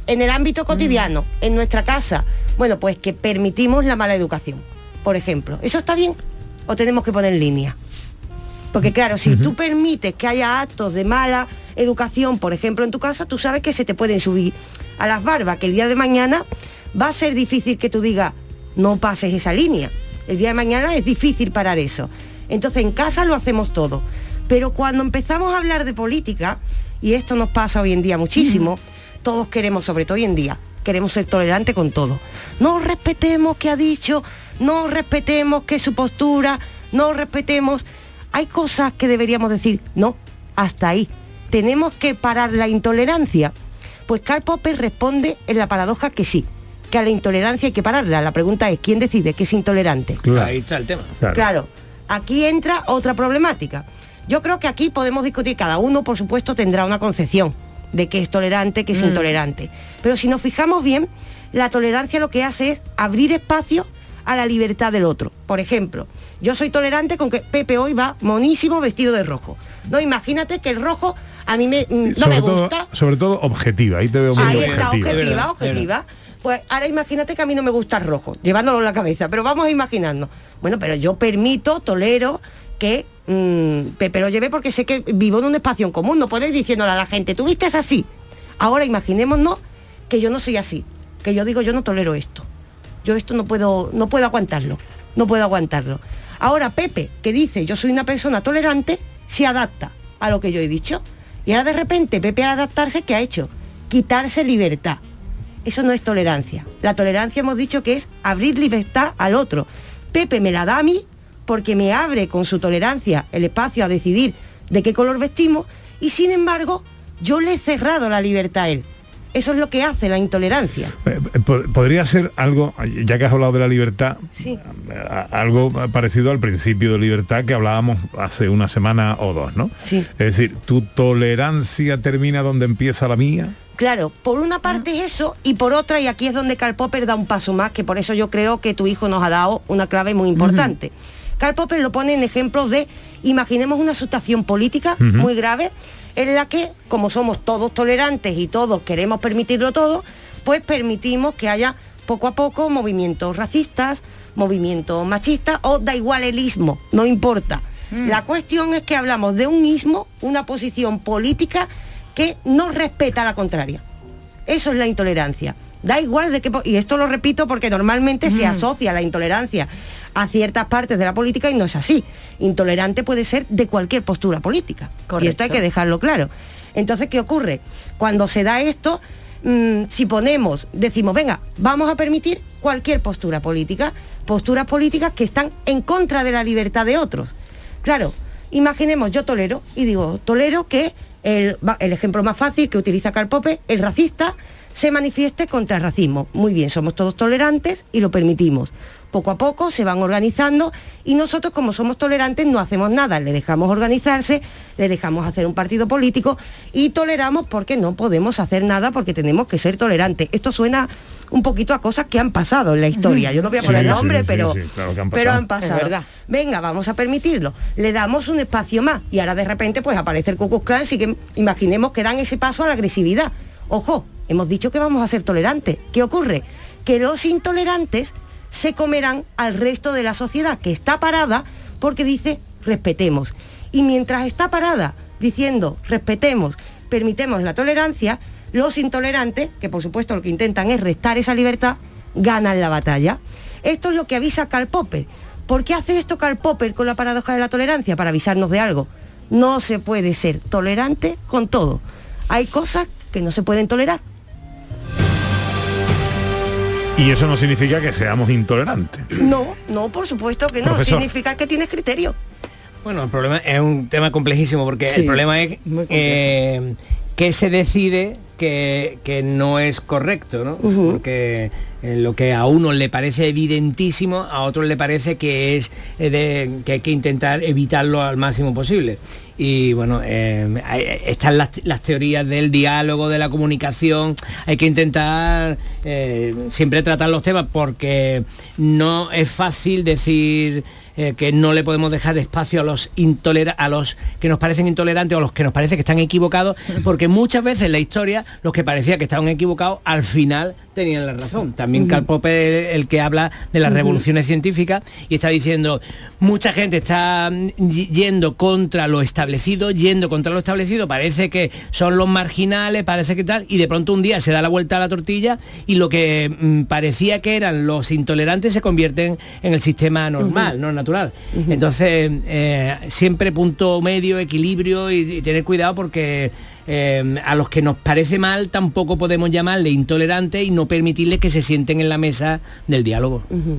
En el ámbito cotidiano, mm. en nuestra casa, bueno, pues que permitimos la mala educación, por ejemplo. ¿Eso está bien o tenemos que poner en línea? Porque claro, si uh-huh. tú permites que haya actos de mala educación, por ejemplo, en tu casa, tú sabes que se te pueden subir a las barbas, que el día de mañana va a ser difícil que tú digas, no pases esa línea. El día de mañana es difícil parar eso. Entonces en casa lo hacemos todo. Pero cuando empezamos a hablar de política, y esto nos pasa hoy en día muchísimo, uh-huh. todos queremos, sobre todo hoy en día, queremos ser tolerantes con todo. No respetemos qué ha dicho, no respetemos que su postura, no respetemos... Hay cosas que deberíamos decir, no, hasta ahí. ¿Tenemos que parar la intolerancia? Pues Karl Popper responde en la paradoja que sí, que a la intolerancia hay que pararla. La pregunta es, ¿quién decide que es intolerante? Claro. Ahí está el tema. Claro. claro, aquí entra otra problemática. Yo creo que aquí podemos discutir, cada uno, por supuesto, tendrá una concepción de qué es tolerante, qué es mm. intolerante. Pero si nos fijamos bien, la tolerancia lo que hace es abrir espacio a la libertad del otro. Por ejemplo, yo soy tolerante con que Pepe hoy va monísimo vestido de rojo. No, imagínate que el rojo a mí me, no sobre me todo, gusta. Sobre todo objetiva, ahí te veo muy ahí objetiva. está, objetiva, objetiva. Pues ahora imagínate que a mí no me gusta el rojo, llevándolo en la cabeza, pero vamos a imaginarnos. Bueno, pero yo permito, tolero que mmm, Pepe lo lleve porque sé que vivo en un espacio en común, no puedo ir diciéndole a la gente, tú vistes así. Ahora imaginémonos que yo no soy así, que yo digo, yo no tolero esto. Yo esto no puedo, no puedo aguantarlo, no puedo aguantarlo. Ahora Pepe, que dice, yo soy una persona tolerante, se adapta a lo que yo he dicho. Y ahora de repente Pepe al adaptarse, ¿qué ha hecho? Quitarse libertad. Eso no es tolerancia. La tolerancia hemos dicho que es abrir libertad al otro. Pepe me la da a mí porque me abre con su tolerancia el espacio a decidir de qué color vestimos y sin embargo yo le he cerrado la libertad a él. Eso es lo que hace la intolerancia. Podría ser algo, ya que has hablado de la libertad, sí. algo parecido al principio de libertad que hablábamos hace una semana o dos, ¿no? Sí. Es decir, ¿tu tolerancia termina donde empieza la mía? Claro, por una parte es eso y por otra, y aquí es donde Karl Popper da un paso más, que por eso yo creo que tu hijo nos ha dado una clave muy importante. Uh-huh. Karl Popper lo pone en ejemplos de, imaginemos una situación política uh-huh. muy grave, en la que, como somos todos tolerantes y todos queremos permitirlo todo, pues permitimos que haya poco a poco movimientos racistas, movimientos machistas o da igual el ismo, no importa. Mm. La cuestión es que hablamos de un ismo, una posición política que no respeta a la contraria. Eso es la intolerancia. Da igual de qué... Y esto lo repito porque normalmente mm. se asocia la intolerancia a ciertas partes de la política y no es así. Intolerante puede ser de cualquier postura política. Correcto. Y esto hay que dejarlo claro. Entonces, ¿qué ocurre? Cuando se da esto, mmm, si ponemos, decimos, venga, vamos a permitir cualquier postura política, posturas políticas que están en contra de la libertad de otros. Claro, imaginemos, yo tolero, y digo, tolero que el, el ejemplo más fácil que utiliza Karl Popper, el racista, se manifieste contra el racismo. Muy bien, somos todos tolerantes y lo permitimos. Poco a poco se van organizando y nosotros, como somos tolerantes, no hacemos nada, le dejamos organizarse, le dejamos hacer un partido político y toleramos porque no podemos hacer nada porque tenemos que ser tolerantes. Esto suena un poquito a cosas que han pasado en la historia. Yo no voy a poner sí, nombre, sí, pero, sí, sí, claro que han pero han pasado. Es verdad. Venga, vamos a permitirlo. Le damos un espacio más y ahora de repente pues aparece el Ku Klux Klan, así que imaginemos que dan ese paso a la agresividad. Ojo, hemos dicho que vamos a ser tolerantes. ¿Qué ocurre? Que los intolerantes se comerán al resto de la sociedad que está parada porque dice respetemos. Y mientras está parada diciendo respetemos, permitemos la tolerancia, los intolerantes, que por supuesto lo que intentan es restar esa libertad, ganan la batalla. Esto es lo que avisa Karl Popper. ¿Por qué hace esto Karl Popper con la paradoja de la tolerancia? Para avisarnos de algo. No se puede ser tolerante con todo. Hay cosas que no se pueden tolerar. Y eso no significa que seamos intolerantes. No, no, por supuesto que no. Profesor. Significa que tienes criterio. Bueno, el problema es un tema complejísimo porque sí, el problema es eh, que se decide que, que no es correcto, ¿no? Uh-huh. Porque eh, lo que a uno le parece evidentísimo, a otros le parece que es eh, de, que hay que intentar evitarlo al máximo posible. Y bueno, eh, están las, las teorías del diálogo, de la comunicación, hay que intentar eh, siempre tratar los temas porque no es fácil decir eh, que no le podemos dejar espacio a los intolera a los que nos parecen intolerantes o a los que nos parece que están equivocados, porque muchas veces en la historia los que parecía que estaban equivocados al final tenían la razón. También Karl Popper, el que habla de las revoluciones científicas, y está diciendo, mucha gente está yendo contra lo establecido, yendo contra lo establecido, parece que son los marginales, parece que tal, y de pronto un día se da la vuelta a la tortilla y lo que mm, parecía que eran los intolerantes se convierten en el sistema normal, uh-huh. no natural. Uh-huh. Entonces, eh, siempre punto medio, equilibrio y, y tener cuidado porque Eh, a los que nos parece mal tampoco podemos llamarle intolerantes y no permitirles que se sienten en la mesa del diálogo. Uh-huh.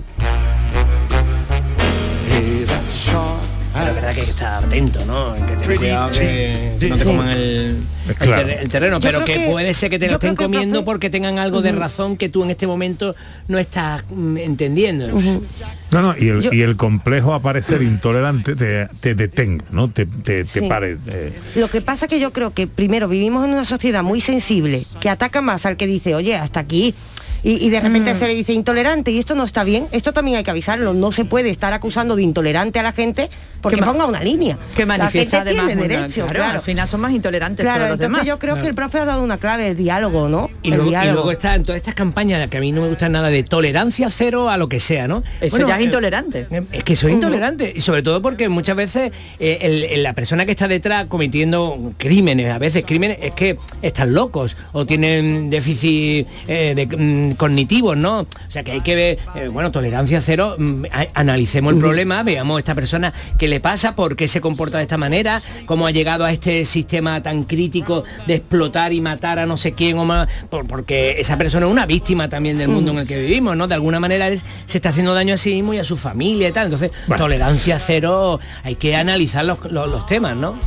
Pero es verdad que hay que estar atento, ¿no? Que tener cuidado que, que no te coman el, el, claro. ter- el terreno, pero que, que puede ser que te lo estén comiendo profe... porque tengan algo uh-huh. de razón que tú en este momento no estás mm, entendiendo. Uh-huh. No, no, y el, Yo... y el complejo a parecer intolerante te, te detenga, ¿no? Te, te, te sí. pare. Eh. Lo que pasa que yo creo que primero vivimos en una sociedad muy sensible, que ataca más al que dice, oye, hasta aquí. Y, y de repente mm. se le dice intolerante y esto no está bien, esto también hay que avisarlo, no se puede estar acusando de intolerante a la gente porque ma- ponga una línea. Que manifiesta la gente además tiene una, derecho, claro, claro. Al final son más intolerantes claro, que los entonces demás. yo creo claro. que el profe ha dado una clave, el diálogo, ¿no? Y el luego, y diálogo. luego está en todas estas campañas que a mí no me gustan nada de tolerancia cero a lo que sea, ¿no? Eso bueno, ya es eh, intolerante. Eh, es que soy uh-huh. intolerante y sobre todo porque muchas veces eh, el, el, la persona que está detrás cometiendo crímenes, a veces crímenes, es que están locos o tienen déficit eh, de, mm, cognitivos, ¿no? O sea que hay que ver, eh, bueno, tolerancia cero, mm, a, analicemos el uh-huh. problema, veamos a esta persona qué le pasa, por qué se comporta de esta manera, cómo ha llegado a este sistema tan crítico de explotar y matar a no sé quién o más, por, porque esa persona es una víctima también del mundo en el que vivimos, ¿no? De alguna manera él se está haciendo daño a sí mismo y a su familia y tal. Entonces, bueno. tolerancia cero, hay que analizar los, los, los temas, ¿no?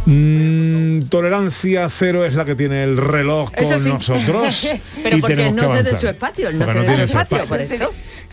Mm, tolerancia cero es la que tiene el reloj con eso sí. nosotros. Pero y porque no es cede su espacio, no porque cede no su tiene espacio, su por espacio. eso.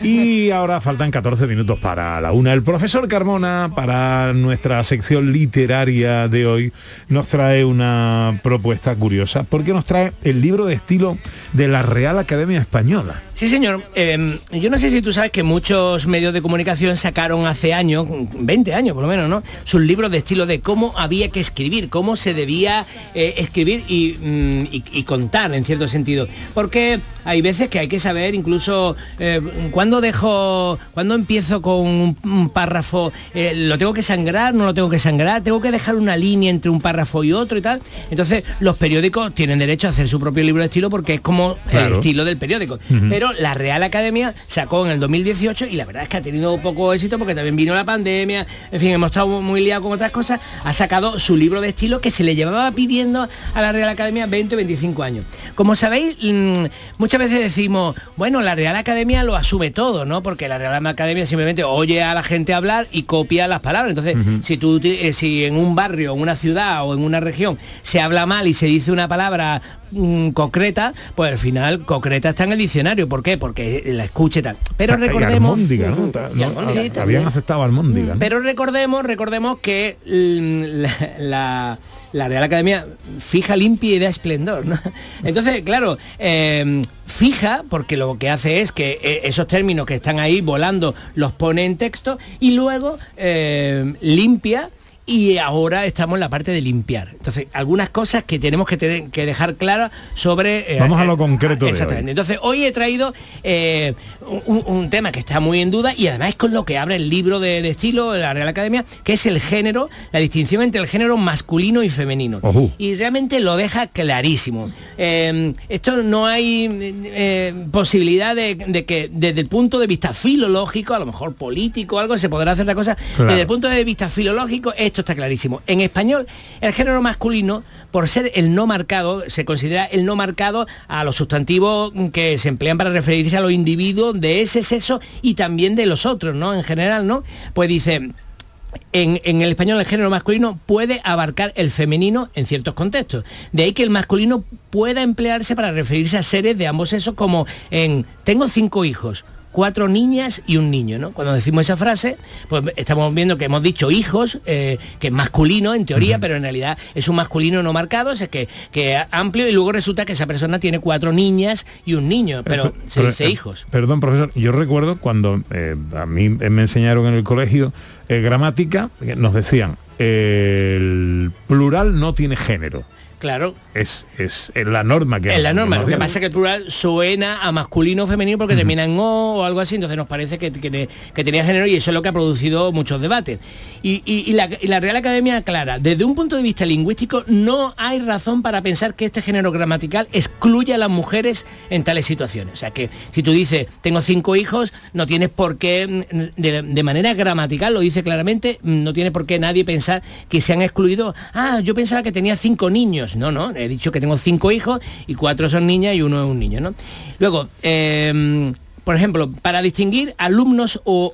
Y ahora faltan catorce minutos para la una. El profesor Carmona, para nuestra sección literaria de hoy, nos trae una propuesta curiosa, porque nos trae el libro de estilo de la Real Academia Española. Sí, señor. Eh, yo no sé si tú sabes que muchos medios de comunicación sacaron hace años, veinte años por lo menos, ¿no?, sus libros de estilo de cómo había que escribir, cómo se debía eh, escribir y, mm, y, y contar, en cierto sentido. Porque hay veces que hay que saber incluso eh, cuándo dejo, cuándo empiezo con un, un párrafo, eh, lo tengo que sangrar, no lo tengo que sangrar, tengo que dejar una línea entre un párrafo y otro y tal. Entonces, los periódicos tienen derecho a hacer su propio libro de estilo porque es como claro. el estilo del periódico. Uh-huh. Pero la Real Academia sacó en el dos mil dieciocho y la verdad es que ha tenido poco éxito porque también vino la pandemia, en fin, hemos estado muy liados con otras cosas. Ha sacado su libro de estilo que se le llevaba pidiendo a la Real Academia veinte o veinticinco años. Como sabéis, mmm, muchas veces decimos, bueno, la Real Academia lo asume todo, ¿no? Porque la Real Academia simplemente oye a la gente hablar y copia las palabras. Entonces, uh-huh. si tú eh, si en un barrio, en una ciudad o en una región se habla mal y se dice una palabra mmm, concreta, pues al final concreta está en el diccionario. ¿Por qué? Porque la escuche tal. Pero recordemos... Almóndiga, ¿no? Y almóndiga, sí, habían aceptado almóndiga, ¿no? Pero recordemos, recordemos que la, la, la Real Academia fija, limpia y da esplendor, ¿no? Entonces, claro, eh, fija, porque lo que hace es que eh, esos términos que están ahí volando los pone en texto y luego eh, limpia. Y ahora estamos en la parte de limpiar. Entonces, algunas cosas que tenemos que, tener, que dejar claras sobre... Eh, Vamos a lo concreto de exactamente. hoy. Entonces, hoy he traído eh, un, un tema que está muy en duda y además es con lo que abre el libro de, de estilo de la Real Academia, que es el género, la distinción entre el género masculino y femenino. Uh-huh. Y realmente lo deja clarísimo. Eh, esto no hay eh, posibilidad de, de que desde el punto de vista filológico, a lo mejor político, algo, se podrá hacer la cosa. Claro. Desde el punto de vista filológico, esto está clarísimo. En español, el género masculino, por ser el no marcado, se considera el no marcado a los sustantivos que se emplean para referirse a los individuos de ese sexo y también de los otros, ¿no? En general, ¿no? Pues dice... En, en el español el género masculino puede abarcar el femenino en ciertos contextos. De ahí que el masculino pueda emplearse para referirse a seres de ambos sexos, como en tengo cinco hijos, cuatro niñas y un niño, ¿no? Cuando decimos esa frase, pues estamos viendo que hemos dicho hijos, eh, que es masculino en teoría, uh-huh. pero en realidad es un masculino no marcado, es que, que amplio, y luego resulta que esa persona tiene cuatro niñas y un niño, pero eh, se pero, dice eh, hijos. Perdón, profesor, yo recuerdo cuando eh, a mí me enseñaron en el colegio eh, gramática, nos decían, eh, el plural no tiene género. Claro. Es, es, es la norma que... Es la norma, lo que pasa es que el plural suena a masculino o femenino porque uh-huh. termina en O o algo así, entonces nos parece que, que, que tenía género, y eso es lo que ha producido muchos debates. Y, y, y, la, y la Real Academia aclara, desde un punto de vista lingüístico no hay razón para pensar que este género gramatical excluye a las mujeres en tales situaciones. O sea que si tú dices, tengo cinco hijos, no tienes por qué, de, de manera gramatical, lo dice claramente, no tiene por qué nadie pensar que se han excluido. Ah, yo pensaba que tenía cinco niños. No, no, he dicho que tengo cinco hijos y cuatro son niñas y uno es un niño, ¿no? Luego, eh, por ejemplo, para distinguir alumnos o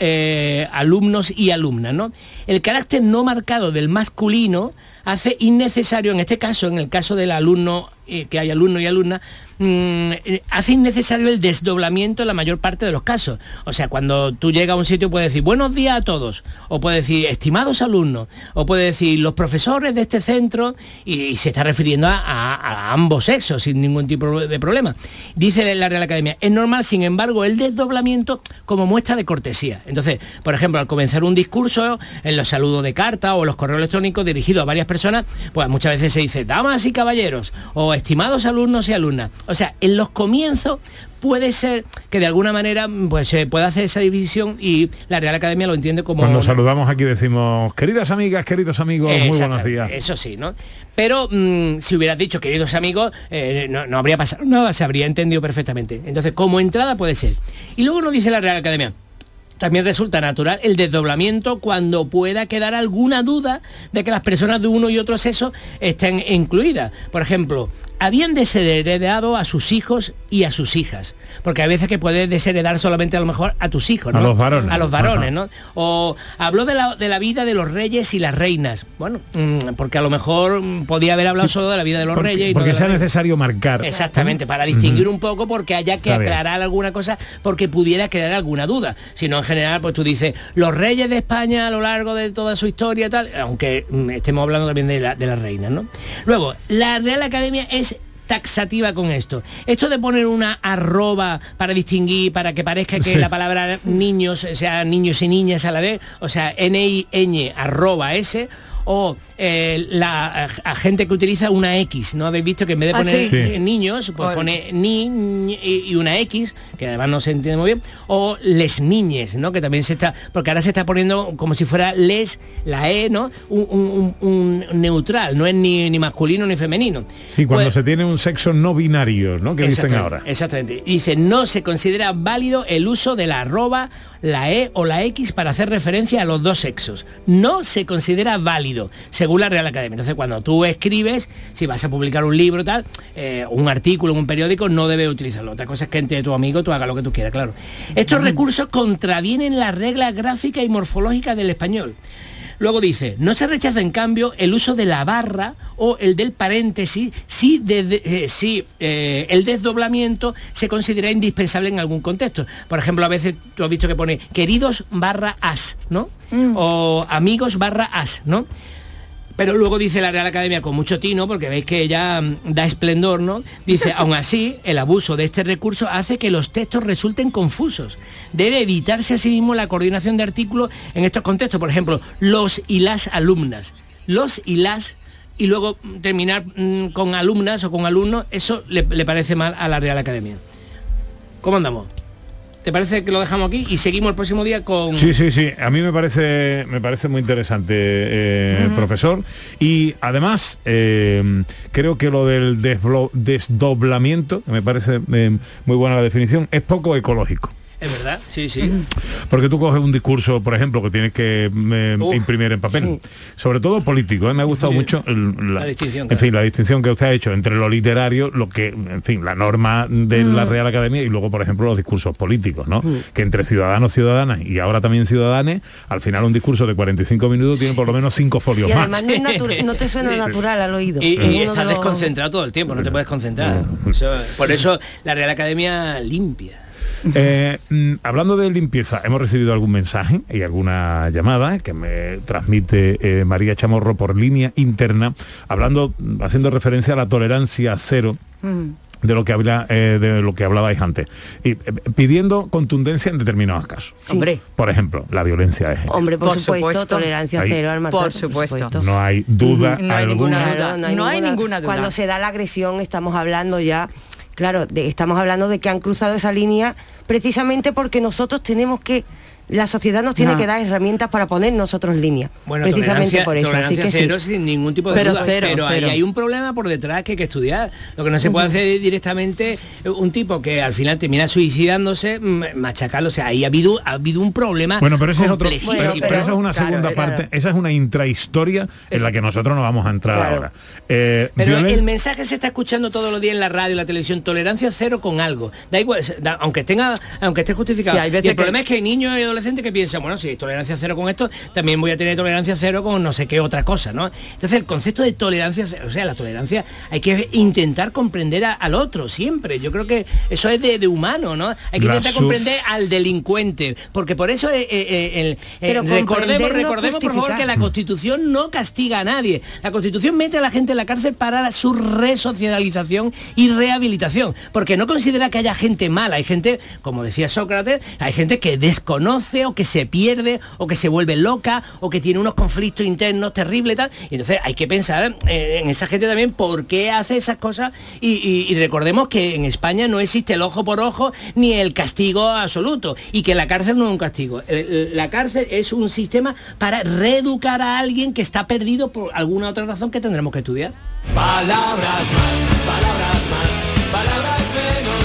eh, alumnos y alumnas, ¿no? El carácter no marcado del masculino hace innecesario, en este caso, en el caso del alumno, eh, que hay alumno y alumna, mmm, hace innecesario el desdoblamiento en la mayor parte de los casos. O sea, cuando tú llegas a un sitio puedes decir buenos días a todos, o puedes decir estimados alumnos, o puedes decir los profesores de este centro, y, y se está refiriendo a, a, a ambos sexos sin ningún tipo de problema. Dice la Real Academia, es normal, sin embargo, el desdoblamiento como muestra de cortesía. Entonces, por ejemplo, al comenzar un discurso, en los saludos de carta o los correos electrónicos dirigidos a varias personas, pues muchas veces se dice damas y caballeros, o estimados alumnos y alumnas. O sea, en los comienzos puede ser que de alguna manera pues se pueda hacer esa división, y la Real Academia lo entiende como... Cuando saludamos aquí decimos, queridas amigas, queridos amigos, muy buenos días. Eso sí, ¿no? Pero mmm, si hubieras dicho queridos amigos, eh, no, no habría pasado nada, se habría entendido perfectamente. Entonces, como entrada puede ser. Y luego nos dice la Real Academia, también resulta natural el desdoblamiento cuando pueda quedar alguna duda de que las personas de uno y otro sexo estén incluidas. Por ejemplo, habían desheredado a sus hijos y a sus hijas, porque hay veces que puedes desheredar solamente a lo mejor a tus hijos, ¿no? A los varones. A los varones, ¿no? O habló de la, de la vida de los reyes y las reinas. Bueno, mmm, porque a lo mejor podía haber hablado sí, solo de la vida de los porque, reyes. Y porque no sea la necesario marcar. Exactamente, para distinguir uh-huh. un poco, porque haya que Está aclarar bien. alguna cosa, porque pudiera quedar alguna duda. Si no, en general, pues tú dices, los reyes de España a lo largo de toda su historia y tal, aunque mmm, estemos hablando también de, la, de las reinas, ¿no? Luego, la Real Academia es taxativa con esto. Esto de poner una arroba para distinguir, para que parezca que sí. la palabra niños, o sea, niños y niñas a la vez, o sea, N I Ñ arroba S, o eh, la a, a gente que utiliza una X, ¿no? Habéis visto que en vez de poner ¿Ah, sí? Sí. niños, pues pone ni, ni y una X, que además no se entiende muy bien, o les niñes, ¿no? Que también se está, porque ahora se está poniendo como si fuera les, la E, ¿no? Un, un, un, un neutral, no es ni, ni masculino ni femenino. Sí, cuando pues, se tiene un sexo no binario, ¿no? Que dicen ahora. Exactamente. Dice, no se considera válido el uso de la arroba, la E o la X para hacer referencia a los dos sexos. No se considera válido, según la Real Academia. Entonces, cuando tú escribes, si vas a publicar un libro, tal, eh, un artículo en un periódico, no debes utilizarlo. Otra cosa es que entre tu amigo tú hagas lo que tú quieras, claro. Estos recursos contravienen las reglas gráficas y morfológicas del español. Luego dice, no se rechaza en cambio el uso de la barra o el del paréntesis si, de, de, eh, si eh, el desdoblamiento se considera indispensable en algún contexto. Por ejemplo, a veces tú has visto que pone queridos barra as, ¿no? Mm. O amigos barra as, ¿no? Pero luego dice la Real Academia con mucho tino, porque veis que ella da esplendor, ¿no? Dice, aún así, el abuso de este recurso hace que los textos resulten confusos. Debe evitarse asimismo la coordinación de artículos en estos contextos. Por ejemplo, los y las alumnas. Los y las, y luego terminar mmm, con alumnas o con alumnos, eso le, le parece mal a la Real Academia. ¿Cómo andamos? ¿Te parece que lo dejamos aquí y seguimos el próximo día con...? Sí, sí, sí. A mí me parece me parece muy interesante, eh, uh-huh. profesor. Y además, eh, creo que lo del desblo- desdoblamiento, me parece eh, muy buena la definición, es poco ecológico. Es verdad, sí, sí. Porque tú coges un discurso, por ejemplo, que tienes que eh, Uf, imprimir en papel, sí. sobre todo político, ¿eh? Me ha gustado sí. mucho el, la, la distinción, en claro. fin, la distinción que usted ha hecho entre lo literario, lo que, en fin, la norma de mm. la Real Academia, y luego, por ejemplo, los discursos políticos, ¿no? Mm. Que entre ciudadanos, ciudadanas y ahora también ciudadanes, al final un discurso de cuarenta y cinco minutos tiene por lo menos cinco folios y más. Además no, es natu- no te suena natural al oído. Y, y estás los... desconcentrado todo el tiempo, no te puedes concentrar. Eso, por eso la Real Academia limpia. Eh, mm, hablando de limpieza, hemos recibido algún mensaje y alguna llamada que me transmite eh, María Chamorro por línea interna, hablando, haciendo referencia a la tolerancia cero. Mm. de lo que habla eh, de lo que hablabais antes y eh, pidiendo contundencia en determinados casos. Sí. Hombre, por ejemplo, la violencia de género. Hombre, por, por supuesto, supuesto, tolerancia hay, cero al maltrato. Por supuesto. Por supuesto. No hay duda uh-huh. no hay alguna. ninguna duda. Claro, no hay, no ninguna, hay ninguna duda. Cuando se da la agresión estamos hablando ya, claro, de, estamos hablando de que han cruzado esa línea precisamente porque nosotros tenemos que la sociedad nos tiene no. que dar herramientas para poner nosotros líneas. Bueno, precisamente por eso. Así que cero sí. sin ningún tipo de pero duda. Cero, pero cero. Ahí hay un problema por detrás que hay que estudiar. Lo que no se puede hacer directamente un tipo que al final termina suicidándose, machacarlo. O sea, ahí ha habido, ha habido un problema. Bueno, pero ese es otro. Bueno, pero, pero eso es una claro, segunda claro. parte. Esa es una intrahistoria en la que nosotros no vamos a entrar claro. ahora. Eh, pero violen... el mensaje se está escuchando todos los días en la radio, en la televisión, tolerancia cero con algo. Da igual, da, aunque tenga, aunque esté justificado. Sí, y el que... problema es que hay niños y adolescentes que piensan, bueno, si tolerancia cero con esto, también voy a tener tolerancia cero con no sé qué otra cosa, ¿no? Entonces el concepto de tolerancia cero, o sea, la tolerancia hay que intentar comprender a, al otro siempre. Yo creo que eso es de, de humano, ¿no? Hay que la intentar sub... comprender al delincuente, porque por eso eh, eh, el, eh, recordemos, recordemos por favor que la Constitución no castiga a nadie. La Constitución mete a la gente en la cárcel para su resocialización y rehabilitación, porque no considera que haya gente mala. Hay gente, como decía Sócrates, hay gente que desconoce o que se pierde o que se vuelve loca o que tiene unos conflictos internos terribles y tal, y entonces hay que pensar eh, en esa gente también por qué hace esas cosas y, y, y recordemos que en España no existe el ojo por ojo ni el castigo absoluto y que la cárcel no es un castigo. El, la cárcel es un sistema para reeducar a alguien que está perdido por alguna otra razón que tendremos que estudiar. Palabras más, palabras más, palabras menos,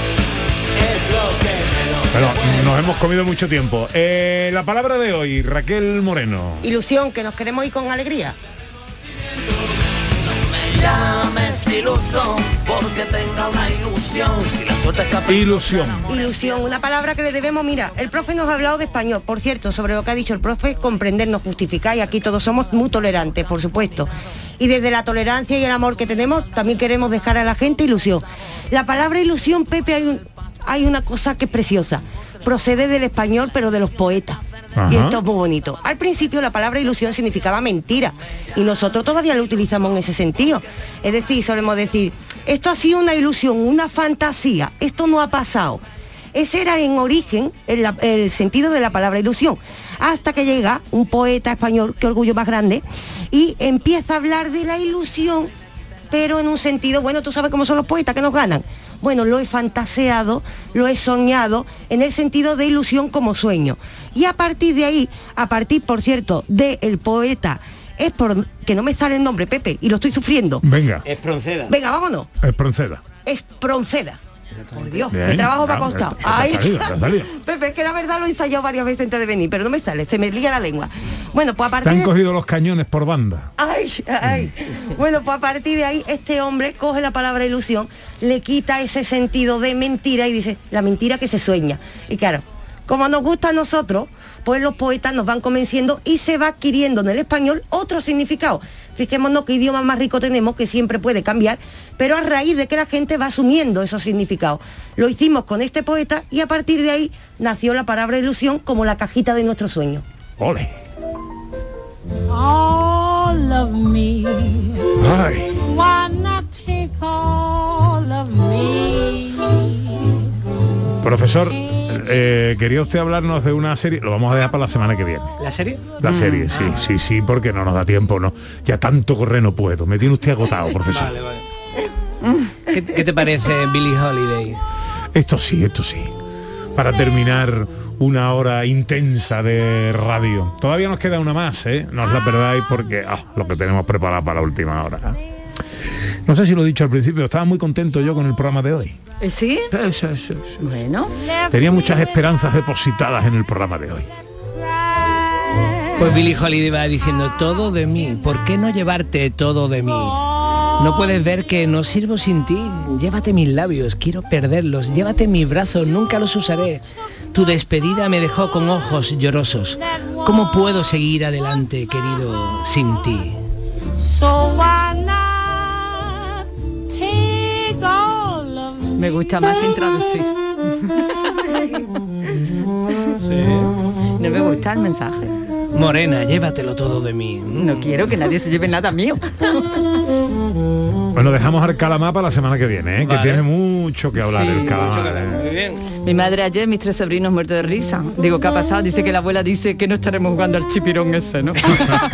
es lo que menos. Bueno, nos hemos comido mucho tiempo. Eh, la palabra de hoy, Raquel Moreno. Ilusión, que nos queremos ir con alegría. No me llames ilusión, porque tenga una ilusión. Si la suerte escapa, ilusión. Ilusión, una palabra que le debemos, mira, el profe nos ha hablado de español, por cierto, sobre lo que ha dicho el profe, comprendernos, justificar, y aquí todos somos muy tolerantes, por supuesto. Y desde la tolerancia y el amor que tenemos, también queremos dejar a la gente ilusión. La palabra ilusión, Pepe, hay, un, hay una cosa que es preciosa. Procede del español, pero de los poetas. Ajá. Y esto es muy bonito. Al principio la palabra ilusión significaba mentira. Y nosotros todavía lo utilizamos en ese sentido. Es decir, solemos decir, esto ha sido una ilusión, una fantasía. Esto no ha pasado. Ese era en origen el, el sentido de la palabra ilusión. Hasta que llega un poeta español, qué orgullo más grande, y empieza a hablar de la ilusión, pero en un sentido, bueno, tú sabes cómo son los poetas que nos ganan. Bueno, lo he fantaseado, lo he soñado, en el sentido de ilusión como sueño. Y a partir de ahí, a partir, por cierto, del poeta, es por que no me sale el nombre, Pepe, y lo estoy sufriendo. Venga. Espronceda. Venga, vámonos. Espronceda. Espronceda. Por Dios, bien, mi trabajo me ha no, costado. Te, te ha salido, te ha salido. Pepe, es que la verdad lo he ensayado varias veces antes de venir, pero no me sale, se me lía la lengua. Bueno, pues a partir Te han de... cogido los cañones por banda. Ay, ay. Bueno, pues a partir de ahí, este hombre coge la palabra ilusión, le quita ese sentido de mentira y dice, la mentira que se sueña. Y claro, como nos gusta a nosotros, pues los poetas nos van convenciendo y se va adquiriendo en el español otro significado. Fijémonos qué idioma más rico tenemos, que siempre puede cambiar, pero a raíz de que la gente va asumiendo esos significados. Lo hicimos con este poeta y a partir de ahí nació la palabra ilusión como la cajita de nuestro sueño. ¡Ole! All of me. Ay. Why not take all of me? Profesor, eh, ¿quería usted hablarnos de una serie? Lo vamos a dejar para la semana que viene. ¿La serie? La serie, sí, ah. sí, sí, porque no nos da tiempo, ¿no? Ya tanto correr no puedo. Me tiene usted agotado, profesor. Vale, vale. ¿Qué, ¿Qué te parece Billie Holiday? Esto sí, esto sí. Para terminar una hora intensa de radio. Todavía nos queda una más, ¿eh? No os la perdáis porque oh, lo que tenemos preparado para la última hora. ¿eh? No sé si lo he dicho al principio, estaba muy contento yo con el programa de hoy. ¿Sí? Sí, sí, sí, sí. Bueno. Tenía muchas esperanzas depositadas en el programa de hoy. Pues Billie Holiday va diciendo todo de mí. ¿Por qué no llevarte todo de mí? No puedes ver que no sirvo sin ti. Llévate mis labios, quiero perderlos. Llévate mis brazos, nunca los usaré. Tu despedida me dejó con ojos llorosos. ¿Cómo puedo seguir adelante, querido, sin ti? Me gusta más sin traducir. No me gusta el mensaje. Morena, llévatelo todo de mí. No quiero que nadie se lleve nada mío. Bueno, dejamos al calamar para la semana que viene, ¿eh? Vale. Que tiene mucho que hablar Sí, el calamar. mucho que hablar. ¿eh? Muy bien. Mi madre ayer, mis tres sobrinos muertos de risa. Digo, ¿qué ha pasado? Dice que la abuela dice que no estaremos jugando al chipirón ese, ¿no?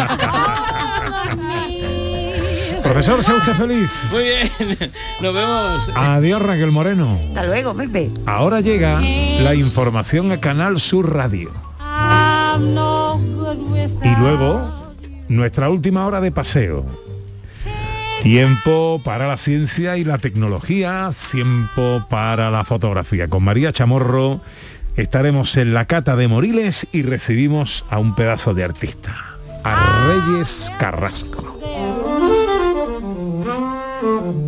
Profesor, sea usted feliz. Muy bien. Nos vemos. Adiós, Raquel Moreno. Hasta luego, Pepe. Ahora llega la información a Canal Sur Radio. Y luego, nuestra última hora de paseo. Tiempo para la ciencia y la tecnología, tiempo para la fotografía. Con María Chamorro estaremos en la Cata de Moriles y recibimos a un pedazo de artista, a Reyes Carrasco.